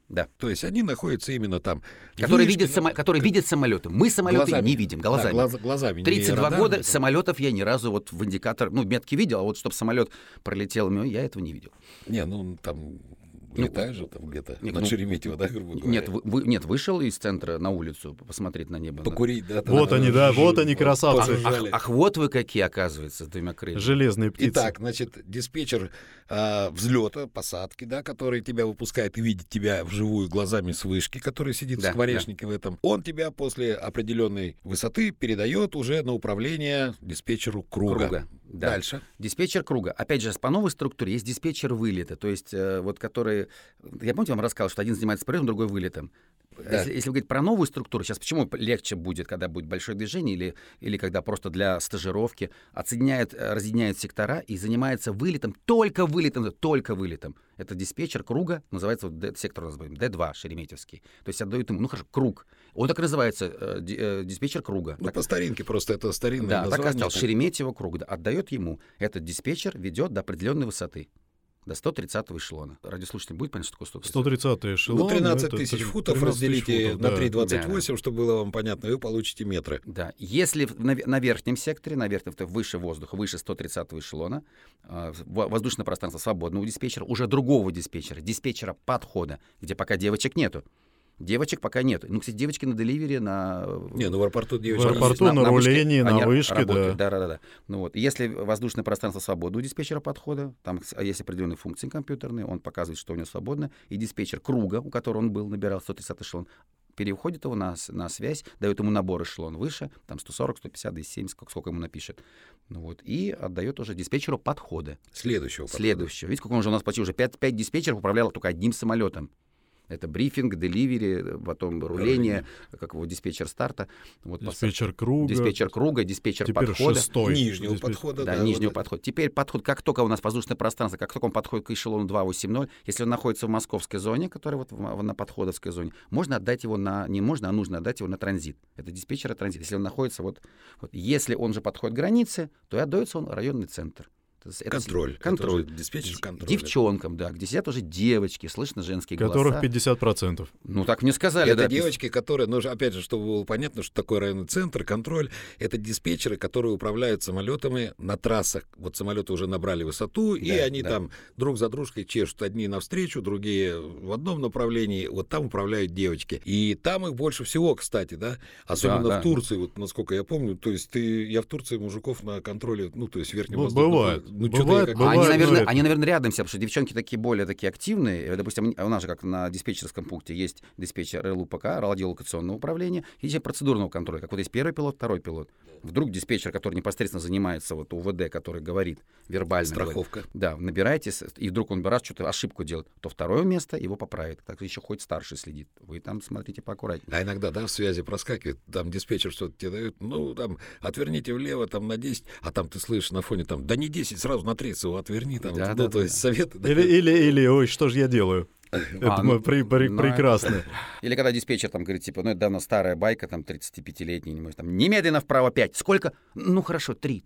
Да. То есть они находятся именно там. Которые видят самолеты. Мы самолеты глазами. не видим, глазами. Да, глазами. 32 не года радаром. самолетов я ни разу вот в индикатор, метки видел, а вот чтобы самолет пролетел мимо, я этого не видел. Не, там летаешь же там где-то над Шереметьево, да, грубо говоря. Нет, вышел из центра на улицу посмотреть на небо. Покурить, да. Вот они, красавцы. Ах, вот вы какие, оказывается, с двумя крыльями. Железные птицы. Итак, значит, диспетчер взлета, посадки, да, который тебя выпускает и видит тебя вживую глазами с вышки, который сидит в скворечнике в этом, он тебя после определенной высоты передает уже на управление диспетчеру круга. Да. Дальше. Диспетчер круга. Опять же, по новой структуре есть диспетчер вылета, то есть вот который... Я, помните, вам рассказывал, что один занимается полетом, другой вылетом. Да. Если говорить про новую структуру, сейчас почему легче будет, когда будет большое движение или когда просто для стажировки, разъединяют сектора и занимается вылетом, только вылетом. Это диспетчер круга, называется, сектор называем, Д2, Шереметьевский. То есть отдают ему, круг. Он так и называется, диспетчер круга. По старинке просто, это старинное название. Так и осталось, Шереметьево круг. Отдает ему. Этот диспетчер ведет до определенной высоты. До 130-го эшелона. Радиослушателям будет понятно, что такое 130-й эшелон. 13 тысяч футов разделите на 3,28, чтобы было вам понятно, вы получите метры. Да. Если на верхнем секторе, выше воздуха, выше 130-го эшелона, воздушное пространство свободно у диспетчера, уже другого диспетчера подхода, где пока девочек нету. Девочек пока нет. Кстати, девочки на деливере, в аэропорту девочки. В аэропорту, на рулении, на вышке, да. Да. Если воздушное пространство свободно у диспетчера подхода, там есть определенные функции компьютерные, он показывает, что у него свободно, и диспетчер круга, у которого он был, набирал 130 эшелон, переходит его на связь, дает ему набор эшелон выше, там 140, 150, 270, сколько ему напишет. И отдает уже диспетчеру подхода. Следующего. Видите, сколько он уже у нас почти уже 5 диспетчеров управлял только одним самолетом. Это брифинг, деливери, потом руление, как его диспетчер старта. Диспетчер круга. Диспетчер теперь подхода. Шестой. Нижнего подхода. Да, нижнего подхода. Теперь подход, как только у нас воздушное пространство, как только он подходит к эшелону 280, если он находится в московской зоне, которая на подходовской зоне, можно отдать его нужно отдать его на транзит. Это диспетчер транзит. Если он находится если он же подходит к границе, то и отдается он в районный центр. Контроль. Диспетчер контроль. Девчонкам, да, где сидят уже девочки, слышно женские голоса. Которых 50%. Так мне сказали. Это девочки, которые, опять же, чтобы было понятно, что такое районный центр, контроль, это диспетчеры, которые управляют самолетами на трассах. Вот самолеты уже набрали высоту, и они там друг за дружкой чешут. Одни навстречу, другие в одном направлении. Вот там управляют девочки. И там их больше всего, кстати, да? Особенно в Турции, насколько я помню. То есть я в Турции мужиков на контроле, то есть верхнем воздухе. Бывает. Они, наверное, рядом все, потому что девчонки более такие активные. Допустим, у нас же как на диспетчерском пункте есть диспетчер РЛУПК, радиолокационного управления, и процедурного контроля, как есть первый пилот, второй пилот. Вдруг диспетчер, который непосредственно занимается УВД, который говорит вербально. Страховка. Да, набирайте, и вдруг он раз что-то ошибку делает, то второе место его поправит. Так еще хоть старший следит. Вы там смотрите поаккуратнее. А иногда, в связи проскакивает, там диспетчер что-то тебе дает, отверните влево, на 10, а там ты слышишь на фоне, да не 10, сразу на 30 его отверни, то есть советы. Или, ой, что же я делаю? Это прекрасно. Или когда диспетчер говорит, это давно старая байка, 35-летний, немедленно вправо 5. Сколько? Хорошо, 3.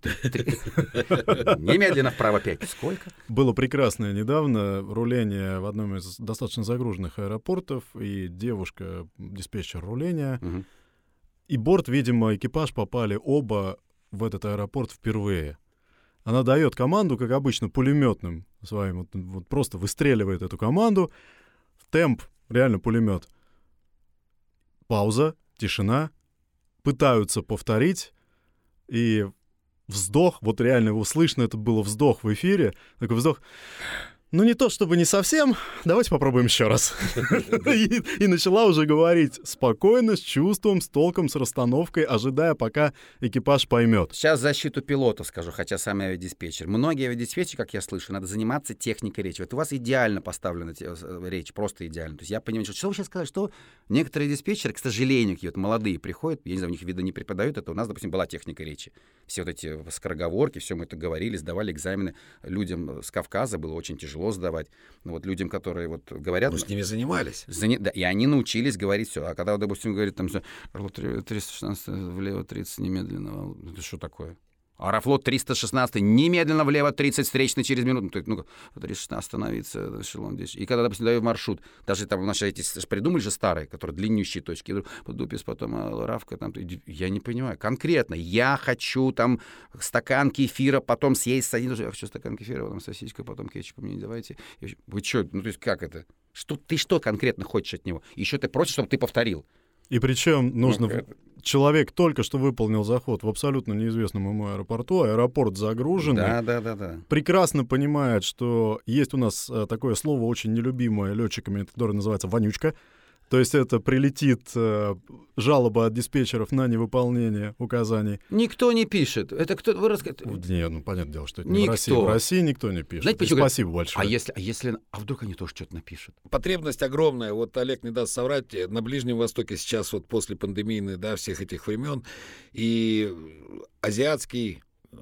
Немедленно вправо 5. Сколько? Было прекрасное недавно руление в одном из достаточно загруженных аэропортов, и девушка, диспетчер руления, и борт, видимо, экипаж попали оба в этот аэропорт впервые. Она дает команду, как обычно, пулеметным своим, просто выстреливает эту команду. Темп, реально пулемет. Пауза, тишина. Пытаются повторить. И вздох, реально его слышно, это было вздох в эфире. Такой вздох. Не то чтобы не совсем, давайте попробуем еще раз. И начала уже говорить спокойно, с чувством, с толком, с расстановкой, ожидая, пока экипаж поймет. Сейчас защиту пилотов скажу, хотя сам авиадиспетчер. Многие авиадиспетчеры, как я слышу, надо заниматься техникой речи. У вас идеально поставлена речь, просто идеально. То есть я понимаю, что вы сейчас сказали, что некоторые диспетчеры, к сожалению, молодые приходят, я не знаю, у них вида не преподают это. У нас, допустим, была техника речи. Все эти скороговорки, все мы это говорили, сдавали экзамены. Людям с Кавказа было очень тяжело сдавать. Людям, которые говорят... Мы с ними занимались. Да, и они научились говорить все. А когда, допустим, говорит 316 влево, 30 немедленно, это что такое? Аэрофлот 316, немедленно влево, 30 встречный через минуту. Ну, 316 остановиться, эшелон 10. И когда, допустим, даю маршрут, даже там наши эти придумали же старые, которые длиннющие точки, Дупис, потом Равка, там, я не понимаю. Конкретно, я хочу там стакан кефира, потом съесть один, я хочу стакан кефира, потом сосиска, потом кетчуп мне не давайте. Вы что, ну то есть как это? Ты что конкретно хочешь от него? Еще ты просишь, чтобы ты повторил. И причем нужно... Человек только что выполнил заход в абсолютно неизвестном ему аэропорту, аэропорт загруженный. Да. Прекрасно понимает, что есть у нас такое слово, очень нелюбимое летчиками, которое называется «вонючка». То есть это прилетит жалоба от диспетчеров на невыполнение указаний. Никто не пишет. Это кто? Вы Нет, ну понятное дело, что это никто. не в России. В России никто не пишет. Знаете, почему? Спасибо большое. А вдруг они тоже что-то напишут? Потребность огромная. Вот Олег не даст соврать. На Ближнем Востоке сейчас вот после пандемийных, да, всех этих времен и азиатский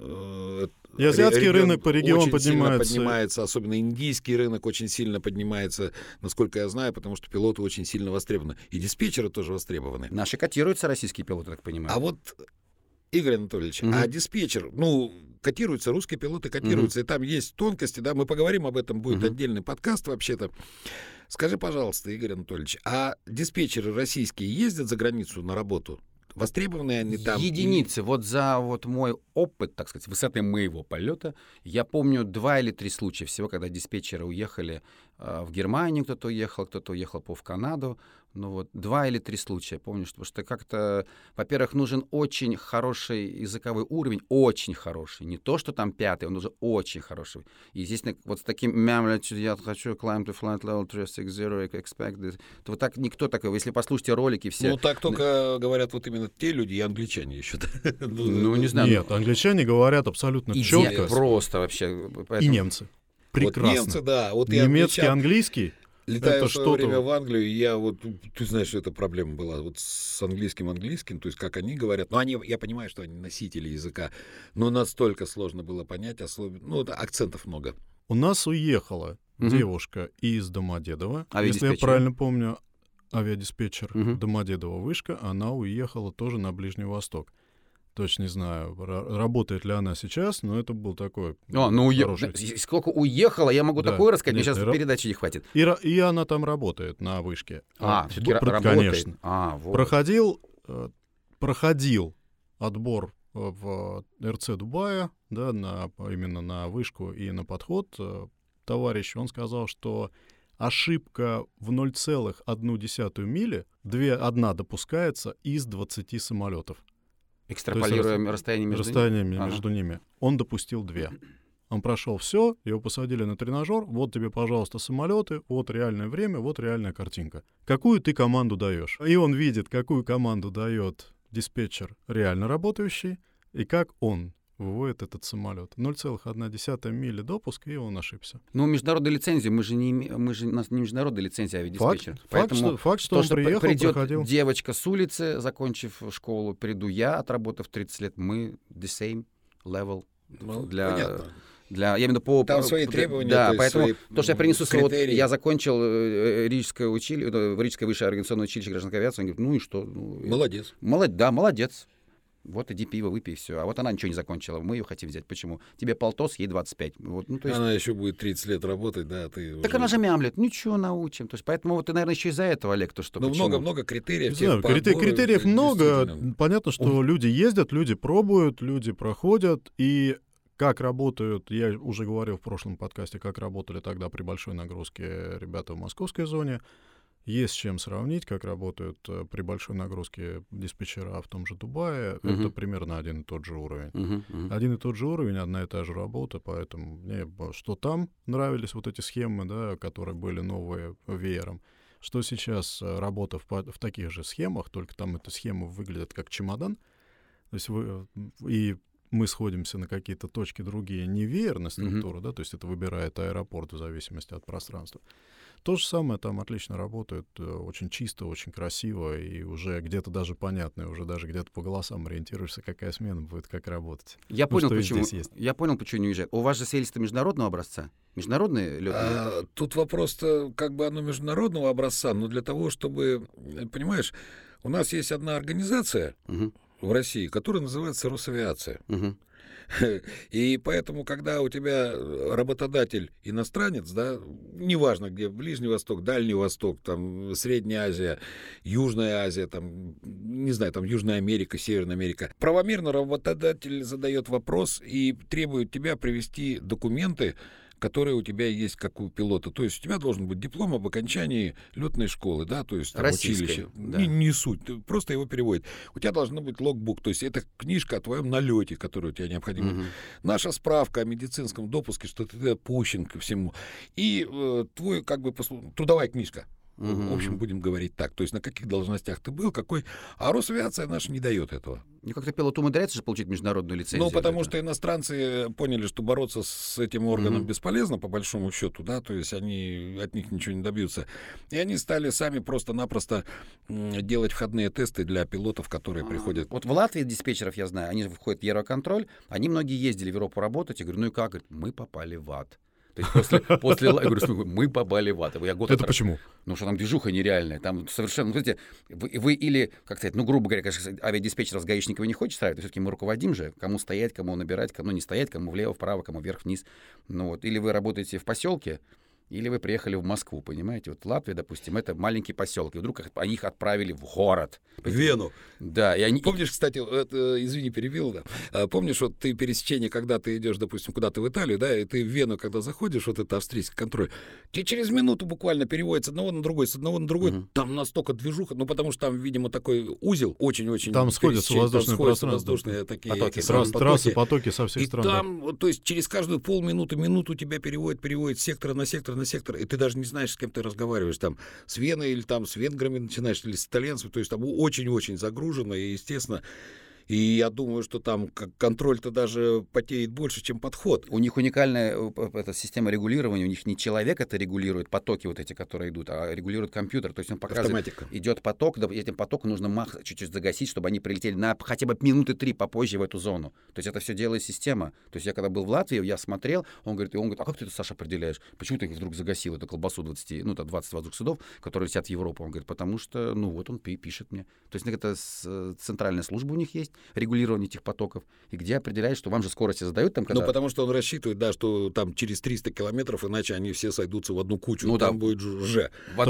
и азиатский рынок по регионам поднимается, особенно индийский рынок очень сильно поднимается, насколько я знаю, потому что пилоты очень сильно востребованы. И диспетчеры тоже востребованы. Наши котируются, российские пилоты, так понимаю. А вот, Игорь Анатольевич, а диспетчер, котируются, русские пилоты котируются, и там есть тонкости, да, мы поговорим об этом, будет отдельный подкаст вообще-то. Скажи, пожалуйста, Игорь Анатольевич, а диспетчеры российские ездят за границу на работу? Востребованные они там? Единицы. Вот за мой опыт, так сказать, высоты моего полета, я помню 2 или 3 случая всего, когда диспетчеры уехали в Германию, кто-то уехал в Канаду. 2 или 3 случая, помню, потому что как-то, во-первых, нужен очень хороший языковой уровень, очень хороший, не то, что там 5-й, он нужен очень хороший. И, естественно, вот с таким я хочу climb to flight level 360, expect this, то вот так никто такой, если послушайте ролики все... Ну, так только говорят вот именно те люди и англичане еще. Не знаю. Нет, англичане говорят абсолютно четко. Просто вообще. И немцы. Прекрасно. Вот немцы, да. Вот немецкий, английский. Летая в свое время в Англию, ты знаешь, что эта проблема была вот с английским, то есть как они говорят. Я понимаю, что они носители языка, но настолько сложно было понять, акцентов много. У нас уехала девушка из Домодедово, если я правильно помню, авиадиспетчер Домодедово вышка, она уехала тоже на Ближний Восток. Точно не знаю, работает ли она сейчас, но это был такой хороший... Сколько уехала, я могу такое рассказать, мне сейчас передачи не хватит. И она там работает на вышке. Конечно. Проходил отбор в РЦ Дубая, да, именно на вышку и на подход. Товарищ, он сказал, что ошибка в 0,1 мили, одна допускается из 20 самолетов. Экстраполируя расстояние между ними. Он допустил 2. Он прошел все, его посадили на тренажер. Вот тебе, пожалуйста, самолеты, вот реальное время, вот реальная картинка. Какую ты команду даешь? И он видит, какую команду дает диспетчер реально работающий, и как он выводит этот самолет. 0,1 мили допуск, и он ошибся. Международная лицензия, у нас не международная лицензия авиадиспетчера. Факт, что он приехал, придет проходил. Девочка с улицы, закончив школу, приду я, отработав 30 лет, мы the same level. Понятно. Я именно там свои требования. Да, поэтому то, что я принесу, я закончил Рижское высшее организационное училище гражданской авиации, он говорит, и что? Молодец. Молодец. Вот иди пиво выпей, все. А вот она ничего не закончила, мы ее хотим взять. Почему? Тебе полтос, ей 25. Она еще будет 30 лет работать, да, ты... Так она же мямлет, ничего научим. То есть, поэтому ты, наверное, еще из-за этого, Олег, много критериев. Критериев много. Понятно, что люди ездят, люди пробуют, люди проходят, и как работают, я уже говорил в прошлом подкасте, как работали тогда при большой нагрузке ребята в московской зоне. Есть с чем сравнить, как работают при большой нагрузке диспетчера в том же Дубае. Это примерно один и тот же уровень. Один и тот же уровень, одна и та же работа, поэтому мне что там нравились вот эти схемы, да, которые были новые веером, что сейчас работа в таких же схемах, только там эта схема выглядит как чемодан, то есть и мы сходимся на какие-то точки другие, не веерная структура, да, то есть это выбирает аэропорт в зависимости от пространства. То же самое там отлично работает, очень чисто, очень красиво, и уже где-то даже понятно, и уже даже где-то по голосам ориентируешься, какая смена будет, как работать. Я понял, почему не уезжают. У вас же сельство международного образца? Международные лётные? Тут вопрос-то оно международного образца, но для того, чтобы... Понимаешь, у нас есть одна организация в России, которая называется Росавиация. И поэтому, когда у тебя работодатель иностранец, да, неважно где, Ближний Восток, Дальний Восток, там, Средняя Азия, Южная Азия, там, не знаю, там, Южная Америка, Северная Америка, правомерно работодатель задает вопрос и требует тебя привести документы, которые у тебя есть как у пилота. То есть у тебя должен быть диплом об окончании летной школы, да, то есть там, училище. Да. Не суть, просто его переводит. У тебя должно быть логбук, то есть это книжка о твоем налете, которая у тебя необходима. Наша справка о медицинском допуске, что ты допущен ко всему. И твой, как бы, трудовая книжка. В общем, будем говорить так. То есть на каких должностях ты был, какой... А Росавиация наша не дает этого. Ну, как-то пилот умудряется же получить международную лицензию. Ну, потому что иностранцы поняли, что бороться с этим органом бесполезно, по большому счету, да, то есть они от них ничего не добьются. И они стали сами просто-напросто делать входные тесты для пилотов, которые приходят. Вот в Латвии диспетчеров, я знаю, они входят в Евроконтроль, они многие ездили в Европу работать, я говорю, ну и как? Говорят, мы попали в ад. То есть после я говорю, мы попали в ад. Это почему? Ну, что там движуха нереальная. Там совершенно, смотрите, вы или, как сказать, ну, грубо говоря, конечно, авиадиспетчеров с гаишниками не хочет ставить, все-таки мы руководим же, кому стоять, кому набирать, кому не стоять, кому влево, вправо, кому вверх, вниз. Ну, вот. Или вы работаете в поселке, или вы приехали в Москву, понимаете? Вот Латвия, допустим, это маленький поселок, и вдруг их отправили в город. В Вену. Да. И они... Помнишь, кстати, извини, перебил, да. Помнишь, вот ты пересечение, когда ты идешь, допустим, куда-то в Италию, да, и ты в Вену, когда заходишь, вот это австрийский контроль, тебе через минуту буквально переводится с одного на другой, там настолько движуха, ну, потому что там, видимо, такой узел очень-очень... Там сходятся воздушные такие потоки. Трассы, потоки со всех стран. И там, то есть через каждую минуту тебя переводит с сектора на сектор, и ты даже не знаешь, с кем ты разговариваешь, там, с Веной или там с венграми начинаешь, или с итальянцами, то есть там очень-очень загружено, и, естественно, и я думаю, что там контроль-то даже потеет больше, чем подход. У них уникальная эта система регулирования, у них не человек это регулирует, потоки вот эти, которые идут, а регулирует компьютер. То есть он показывает, идет поток, этим потоком нужно чуть-чуть загасить, чтобы они прилетели на хотя бы минуты 3 попозже в эту зону. То есть это все делает система. То есть я когда был в Латвии, я смотрел, он говорит, а как ты это, Саша, определяешь? Почему ты вдруг загасил эту колбасу 20 воздушных судов, которые летят в Европу? Он говорит, потому что, вот он пишет мне. То есть это центральная служба у них есть, регулирование этих потоков, и где определяет, что вам же скорости задают там, когда... Ну, потому что он рассчитывает, да, что там через 300 километров, иначе они все сойдутся в одну кучу, ну, там будет же.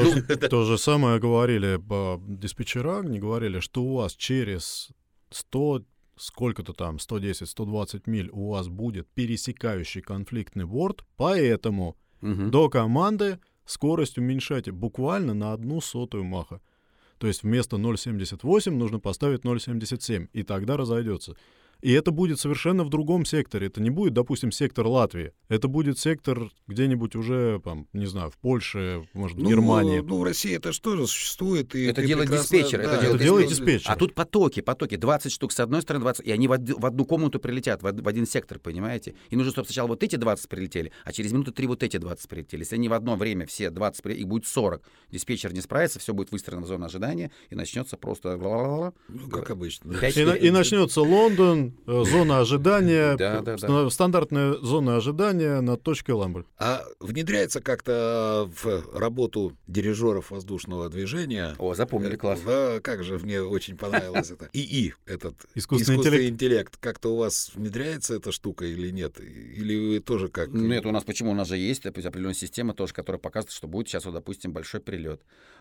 То же самое говорили диспетчера, не говорили, что у вас через 100, сколько-то там, 110-120 миль у вас будет пересекающий конфликтный борт, поэтому до команды скорость уменьшайте буквально на 0,01 маха. То есть вместо 0,78 нужно поставить 0,77, и тогда разойдется. И это будет совершенно в другом секторе. Это не будет, допустим, сектор Латвии. Это будет сектор где-нибудь уже, там, не знаю, в Польше, может, в Германии. Ну, в России это что же существует? И это делает диспетчер. Да, это делает диспетчер. А тут потоки, 20 штук с одной стороны, 20, и они в одну комнату прилетят, в один сектор, понимаете? И нужно, чтобы сначала вот эти 20 прилетели, а через минуты 3 вот эти 20 прилетели. Если они в одно время все 20 прилетели, их будет 40. Диспетчер не справится, все будет выстроено в зону ожидания, и начнется просто... Ну, как обычно. И начнется Лондон, зона ожидания, стандартная зона ожидания над точкой Ламберт. А внедряется как-то в работу дирижеров воздушного движения? О, запомнили, класс. Как же мне очень понравилось это. ИИ, этот искусственный интеллект. Как-то у вас внедряется эта штука или нет? Или вы тоже как? Нет, у нас почему? У нас же есть определенная система тоже, которая показывает, что будет сейчас, вот, допустим, большой прилет.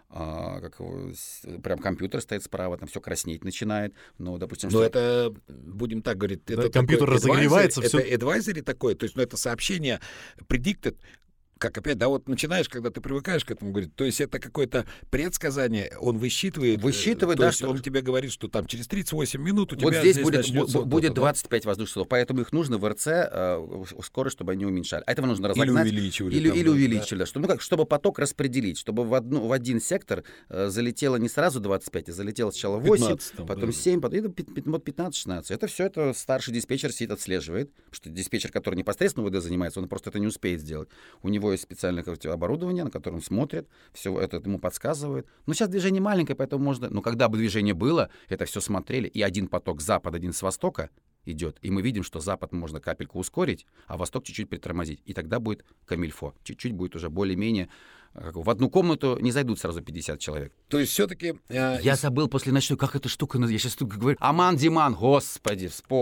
Прям компьютер стоит справа, там все краснеть начинает. Ну, допустим, но это, будем так говорить, это компьютер разогревается. Это advisory такой, то есть, это сообщение predicted, как опять, да, вот начинаешь, когда ты привыкаешь к этому, говорить, то есть это какое-то предсказание, он высчитывает, то да, есть что он тебе говорит, что там через 38 минут у тебя вот здесь будет 25 воздушных судов, поэтому их нужно в РЦ скорость, чтобы они уменьшали. А этого нужно разогнать. Или увеличили. Да. Чтобы поток распределить, чтобы в один сектор залетело не сразу 25, а залетело сначала 8, 15, потом 7, потом 15-16. Это все, это старший диспетчер сидит, отслеживает, потому что диспетчер, который непосредственно ВД занимается, он просто это не успеет сделать. У него есть специальное оборудование, на котором смотрит, все это ему подсказывает. Но сейчас движение маленькое, поэтому можно... Но когда бы движение было, это все смотрели, и один поток с запада, один с востока идет, и мы видим, что запад можно капельку ускорить, а восток чуть-чуть притормозить. И тогда будет камильфо. Чуть-чуть будет уже более-менее... В одну комнату не зайдут сразу 50 человек. То есть все-таки... Я забыл после ночной, как эта штука... Я сейчас говорю, Аман-Диман, господи, вспомнил.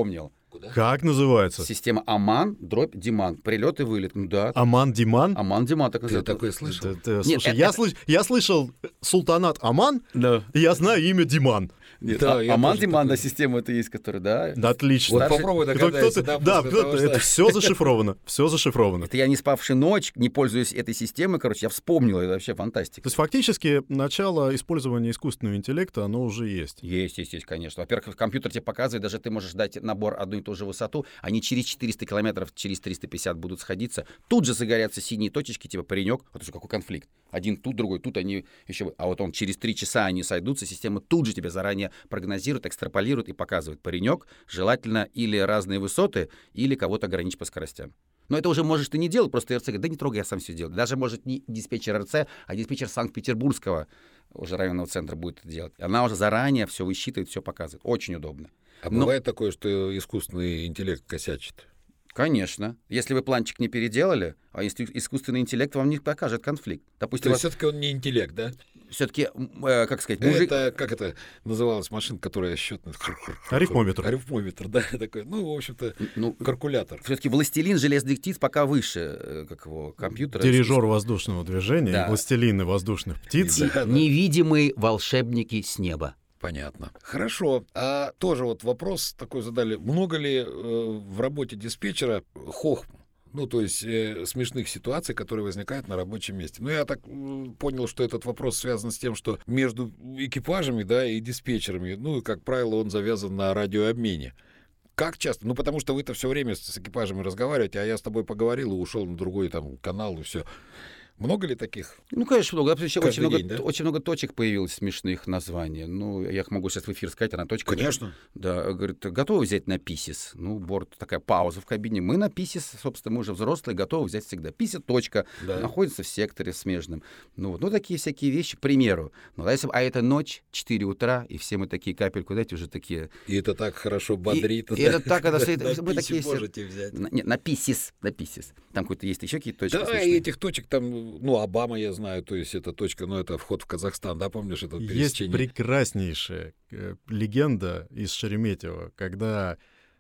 Как называется? Система Аман-Диман. Прилет и вылет. Ну да. Аман-Диман? Аман-Диман, так Ты называется. такое слышал? Слушай, я слышал Султанат Аман, Да. и я знаю имя Диман. Нет, Да, я Аман-Диман, тоже да, система это есть, которая, да. Да, отлично. Вот попробуй догадайся, Да, после того, это что- все зашифровано. Все зашифровано. Это я не спавший ночь, не пользуясь этой системой, короче, я вспомнил, это вообще фантастика. То есть фактически начало использования искусственного интеллекта, оно уже есть. Есть, конечно. Во-первых, компьютер тебе показывает, даже ты можешь дать набор одну и ту же высоту, они через 400 километров, через 350 будут сходиться, тут же загорятся синие точечки, типа паренек, вот это какой конфликт. Один тут, другой тут, они еще... А вот он через 3 часа они сойдутся, система тут же тебе заранее прогнозирует, экстраполирует и показывает паренек, желательно или разные высоты, или кого-то ограничить по скоростям. Но это уже можешь ты не делать, просто РЦ говорит, да не трогай, я сам все делаю. Даже может не диспетчер РЦ, а диспетчер Санкт-Петербургского уже районного центра будет это делать. Она уже заранее все высчитывает, все показывает. Очень удобно. А бывает такое, что искусственный интеллект косячит? Конечно. Если вы планчик не переделали, а если искусственный интеллект вам не покажет конфликт. То Допустим, есть все-таки он не интеллект, да? все-таки, как сказать, мужик... Это, как это называлась машинка, которая счетная? Арифмометр. Арифмометр, да, такой. Ну, в общем-то, Ну, калькулятор. все-таки властелин железных птиц пока выше, как его, компьютера. Дирижер воздушного движения, Да. властелины воздушных птиц. Да, да. Невидимые волшебники с неба. Понятно. Хорошо. А тоже вот вопрос такой задали. Много ли в работе диспетчера хохм? Ну, то есть смешных ситуаций, которые возникают на рабочем месте. Ну, я так понял, что этот вопрос связан с тем, что между экипажами, да, и диспетчерами, ну, и, как правило, он завязан на радиообмене. Как часто? Ну, потому что вы-то все время с экипажами разговариваете, а я с тобой поговорил и ушел на другой там канал, и все. Много ли таких? Ну, конечно, много. Вообще Каждый очень много, день, да? очень много точек появилось смешных названий. Ну, я их могу сейчас в эфир сказать, она точка. Да, говорит, готовы взять на писис? Ну, борт, такая пауза в кабине. Мы на писис, собственно, мы уже взрослые, готовы взять всегда. Писис, точка, Да. находится в секторе смежном. Ну, вот, ну, такие всякие вещи, к примеру. Ну, а, если, а это ночь, 4 утра, и все мы такие капельку, знаете, уже такие... И это так хорошо бодрит. И это так, когда стоит... На мы писю такие все- можете взять. Нет, на писис. Там какой-то есть еще какие-то точки Да, смешные. и этих точек там, ну, Обама, я знаю, то есть это точка, ну, это вход в Казахстан, да, помнишь, это Есть пересечение? прекраснейшая легенда из Шереметьево, когда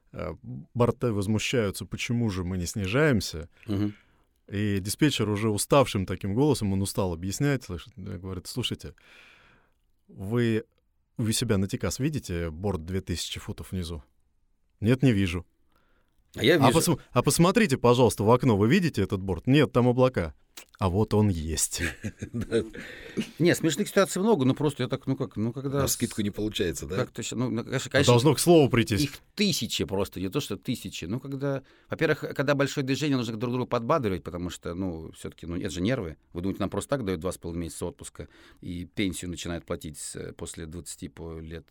борты возмущаются, почему же мы не снижаемся, Мгм. и диспетчер уже уставшим таким голосом, он устал объяснять, говорит, слушайте, вы себя на ТИКАС видите, борт 2000 футов внизу? Нет, не вижу. А я вижу... А посмотрите, пожалуйста, в окно, вы видите этот борт? Нет, там облака. А вот он есть. Нет, смешных ситуаций много, но просто я так, когда... На скидку не получается, да? Как-то, конечно, Должно к слову прийтись. их тысячи просто, не то что тысячи. Ну, когда, во-первых, когда большое движение, нужно друг друга подбадривать, потому что, все-таки, это же нервы. Вы думаете, нам просто так дают 2,5 месяца отпуска и пенсию начинают платить после 20 лет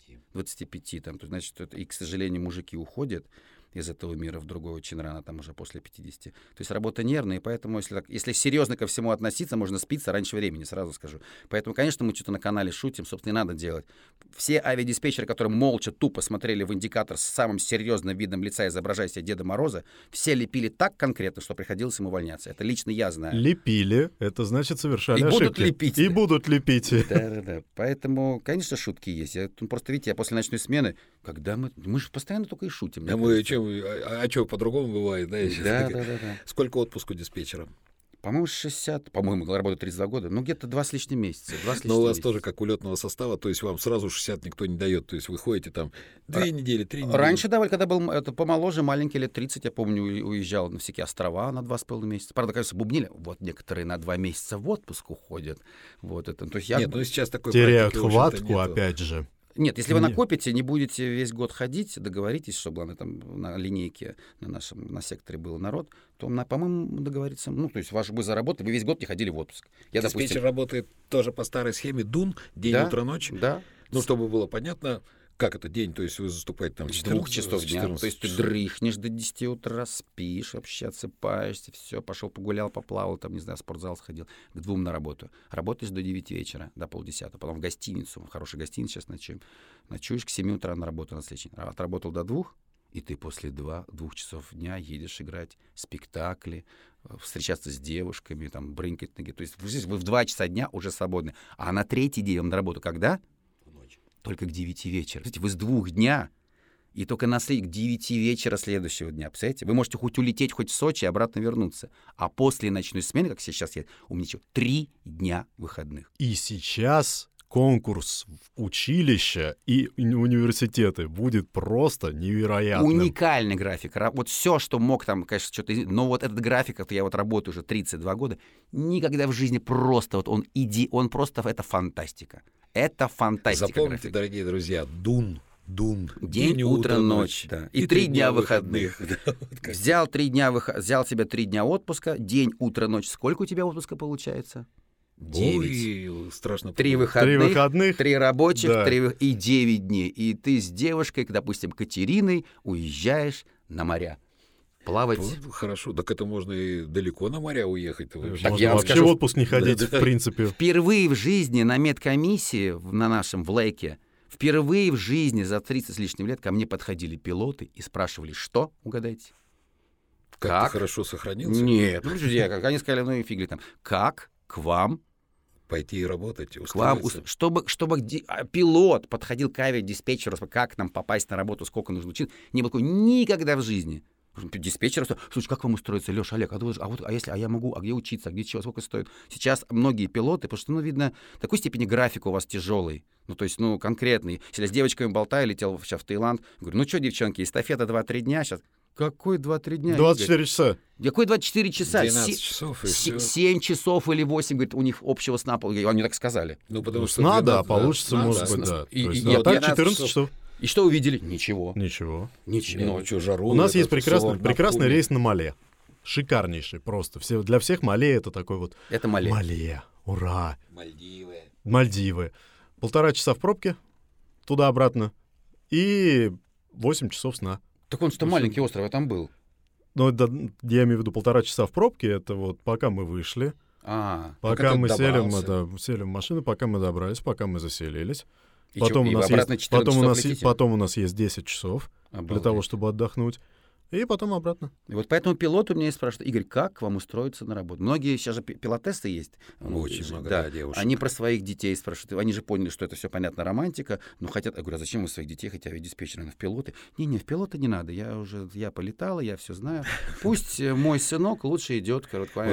25, там, то значит, это, и, к сожалению, мужики уходят из этого мира в другой очень рано, там уже после 50. То есть работа нервная, и поэтому, если серьезно ко всему относиться, можно спиться раньше времени, сразу скажу. Поэтому, конечно, мы что-то на канале шутим, собственно, и надо делать. Все авиадиспетчеры, которые молча, тупо смотрели в индикатор с самым серьезным видом лица, изображая себя Деда Мороза, все лепили так конкретно, что приходилось им увольняться. Это лично я знаю. Лепили, это значит совершали И ошибки. будут лепить. И будут лепить. Да. Поэтому, конечно, шутки есть. Просто, видите, я после ночной смены, когда мы же постоянно только и шутим. А мы что, по-другому бывает, да? Да. Сколько отпуску диспетчерам? По-моему, 60. По-моему, работаю 32 года. Ну, где-то 2 с лишним месяца. Но у вас тоже как у летного состава, то есть вам сразу 60 никто не дает. То есть вы ходите там 2 недели, 3 недели. Раньше давали, когда был помоложе, маленький, лет 30, я помню, уезжал на всякие острова на 2,5 месяца. Правда, кажется, бубнили. Вот некоторые на 2 месяца в отпуск уходят. Вот это. То есть Нет, ну сейчас такой теряют практики, в общем-то, хватку, нету. опять же. Нет, если вы Нет. накопите, не будете весь год ходить, договоритесь, чтобы она там на линейке на секторе был народ, то, по-моему, договориться. Ну, то есть вы заработали, вы весь год не ходили в отпуск. Я, Диспетчер работает тоже по старой схеме ДУН, день, Да, утро, ночь. Да. Ну, чтобы было понятно, как это день, то есть вы заступаете там в С 14, 2 часов дня. 14 То есть ты часов. дрыхнешь до 10 утра, спишь, вообще отсыпаешься, все, пошел погулял, поплавал, там, не знаю, в спортзал сходил, к 2 на работу. Работаешь до 9 вечера, до 9:30, потом в гостиницу, в хорошей гостинице сейчас ночуем. Ночуешь к 7 утра на работу на следующий день. Отработал до 2, и ты после 2 часов дня едешь играть спектакли, встречаться с девушками, там, брынкать ноги. То есть вы в 2 часа дня уже свободны. А на 3-й день вам на работу когда? Только к 9 вечера. Знаете, вы с 2 дня И только к 9 вечера следующего дня, представляете? Вы можете хоть улететь, хоть в Сочи и обратно вернуться. А после ночной смены, как сейчас есть, у меня еще 3 дня выходных. И сейчас конкурс в училища и университеты будет просто невероятным. Уникальный график. Вот все, что мог там, конечно, что-то... Но вот этот график, это я вот работаю уже 32 года, никогда в жизни просто вот он просто... Это фантастика. Это фантастика. Запомните, график. дорогие друзья, Дун. День, утро, ночь. Да. И 3 дня выходных. Взял себе 3 дня отпуска, день, утро, ночь. Сколько у тебя отпуска получается? 9. Ой, страшно. 3 выходных, 3 рабочих, да. И 9 дней. И ты с девушкой, допустим, Катериной, уезжаешь на моря. Плавать. Вот, хорошо, так это можно и далеко на моря уехать. Так я вообще в отпуск не ходить, в принципе. Впервые в жизни на медкомиссии на нашем в ЛЭКе, впервые в жизни за 30 с лишним лет ко мне подходили пилоты и спрашивали, что, угадайте? Как? Ты хорошо сохранился? Нет, ну, друзья, как они сказали, ну и фигли там. Как к вам пойти и работать, устроиться? Чтобы пилот подходил к авиадиспетчеру, как нам попасть на работу, сколько нужно учиться, не было такого никогда в жизни. Диспетчер, слушай, как вам устроиться, Леша, Олег, а я могу, а где учиться, а где чего, сколько стоит? Сейчас многие пилоты, потому что, видно, в такой степени график у вас тяжелый, конкретный. Если я с девочками болтаю, летел сейчас в Таиланд, говорю, что, девчонки, эстафета 2-3 дня сейчас. Какой 2-3 дня? 24 часа. Какой 24 часа? 12 часов и 7 часов или 8, говорит, у них общего сна. Они так сказали. Потому что надо, а получится, может быть, да. А так 14 часов. И что увидели? Ничего. Жару. У нас есть прекрасный рейс на Мале. Шикарнейший просто. Для всех Мале это такой вот... Это Мале. Мале. Ура. Мальдивы. 1,5 часа в пробке, туда-обратно, и 8 часов сна. Так он что, маленький остров, я там был. Ну, я имею в виду 1,5 часа в пробке, это вот пока мы вышли, пока мы сели в машину, пока мы добрались, пока мы заселились. Потом у нас есть 10 часов для того, чтобы отдохнуть. И потом обратно. И вот поэтому пилот у меня спрашивает, Игорь, как к вам устроиться на работу? Многие сейчас же пилотессы есть. Очень много девушек. Они про своих детей спрашивают. Они же поняли, что это все понятно, романтика. Но хотят, я говорю, а зачем вы своих детей хотите диспетчерами в пилоты? Не, в пилоты не надо. Я полетала, я все знаю. Пусть мой сынок лучше идет.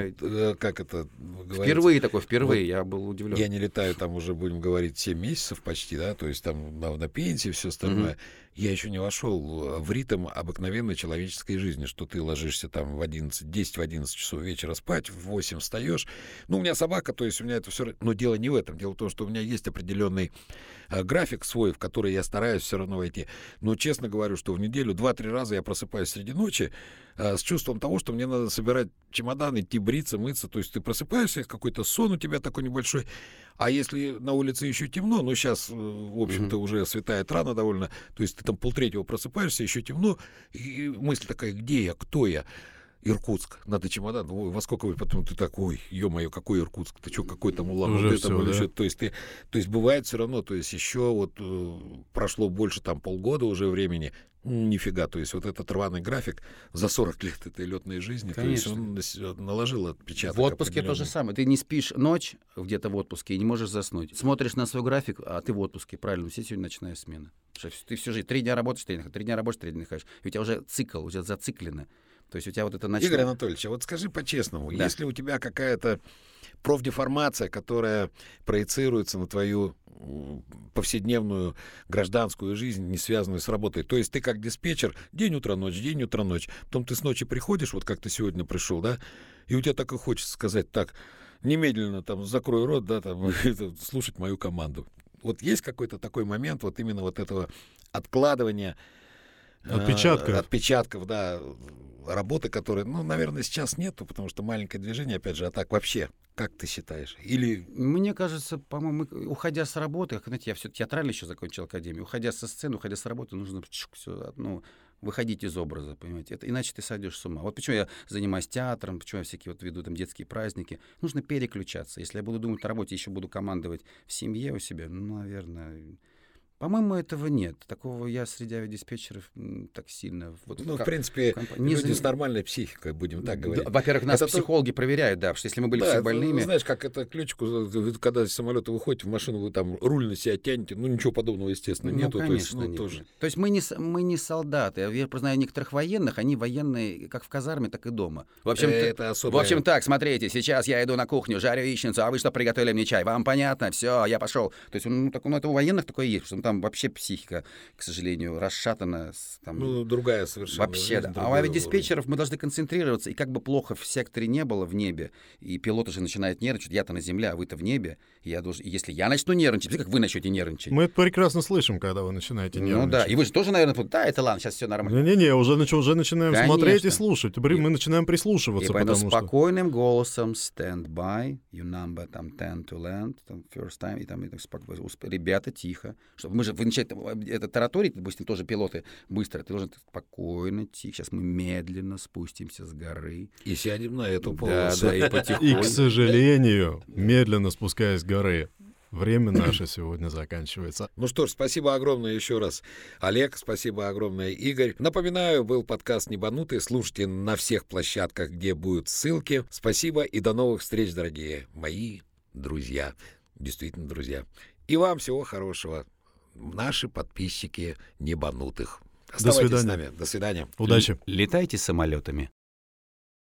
Как это говорится? Впервые я был удивлен. Я не летаю, там уже, будем говорить, 7 месяцев почти, да, то есть там на пенсии все остальное. Я еще не вошел в ритм обыкновенной человеческой жизни, что ты ложишься там в 10-11 часов вечера спать, в 8 встаешь. У меня собака, то есть у меня это все... Но дело не в этом. Дело в том, что у меня есть определенный график свой, в который я стараюсь все равно войти. Но честно говорю, что в неделю 2-3 раза я просыпаюсь среди ночи с чувством того, что мне надо собирать чемодан, идти бриться, мыться. То есть ты просыпаешься, какой-то сон у тебя такой небольшой. А если на улице еще темно, сейчас, в общем-то, уже светает рано довольно, то есть ты там 2:30 просыпаешься, еще темно, и мысль такая, где я, кто я? Иркутск, надо чемодан, во сколько вы, потом ты такой, ё-моё, какой Иркутск, ты что, какой там Улан-Удэ, да? То есть бывает все равно, то есть еще прошло больше там полгода уже времени, нифига, то есть вот этот рваный график за 40 лет этой летной жизни, конечно. То есть он наложил отпечаток. В отпуске то же самое, ты не спишь ночь где-то в отпуске и не можешь заснуть, смотришь на свой график, а ты в отпуске, правильно, сегодня ночная смена. Ты всю жизнь 3 дня работаешь, 3 дня работаешь, 3 дня отдыхаешь, и у тебя уже цикл, уже зациклено. То есть у тебя вот это ночное... Игорь Анатольевич, а вот скажи по-честному, если у тебя какая-то профдеформация, которая проецируется на твою повседневную гражданскую жизнь, не связанную с работой, то есть ты как диспетчер день, утро, ночь, потом ты с ночи приходишь, вот как ты сегодня пришел, да, и у тебя так и хочется сказать, так, немедленно там закрой рот, да, там, слушать мою команду. Вот есть какой-то такой момент, вот именно вот этого откладывания отпечатков, да, работы, которые, наверное, сейчас нету, потому что маленькое движение, опять же, а так вообще, как ты считаешь? Или... Мне кажется, по-моему, уходя с работы, знаете, я все театрально еще закончил академию, уходя со сцены, уходя с работы, нужно все, выходить из образа, понимаете, иначе ты сойдешь с ума. Вот почему я занимаюсь театром, почему я всякие веду там детские праздники. Нужно переключаться. Если я буду думать о работе, еще буду командовать в семье у себя, наверное... По-моему, этого нет. Такого я среди авиадиспетчеров так сильно... Ну, в принципе, люди с нормальной психикой, будем так говорить. Во-первых, нас психологи проверяют, да, потому что если мы были все больными... Знаешь, как это ключку, когда из самолета выходите в машину, вы там руль на себя тянете, ну, ничего подобного, естественно, нету. Конечно, нет. Тоже. То есть мы не солдаты. Я просто знаю некоторых военных, они военные как в казарме, так и дома. В общем, так, смотрите, сейчас я иду на кухню, жарю яичницу, а вы что приготовили мне чай? Вам понятно? Все, я пошел. То есть это у военных такое есть, потому что там вообще психика, к сожалению, расшатана. Там, другая совершенно. Вообще, да. А у авиадиспетчеров мы должны концентрироваться, и как бы плохо в секторе не было в небе, и пилот уже начинает нервничать, я-то на земле, а вы-то в небе, если я начну нервничать, как вы начнете нервничать? Мы это прекрасно слышим, когда вы начинаете нервничать. Ну да, и вы же тоже, наверное, да, это ладно, сейчас все нормально. Не-не-не, уже начинаем смотреть и слушать, мы начинаем прислушиваться. И поэтому спокойным голосом stand by, your number там 10 to land, там, first time, и там ребята, тихо. Чтобы вы начинаете это тараторить, допустим, тоже пилоты быстро, ты должен спокойно, тихо. Сейчас мы медленно спустимся с горы. И сядем на эту полосу. Да, и потихоньку. И, к сожалению, медленно спускаясь с горы, время наше сегодня заканчивается. Ну что ж, спасибо огромное еще раз, Олег, спасибо огромное, Игорь. Напоминаю, был подкаст «Небанутый». Слушайте на всех площадках, где будут ссылки. Спасибо и до новых встреч, дорогие мои друзья. Действительно, друзья. И вам всего хорошего. Наши подписчики «Небанутых». Оставайтесь с нами. До свидания. Удачи. Летайте самолетами.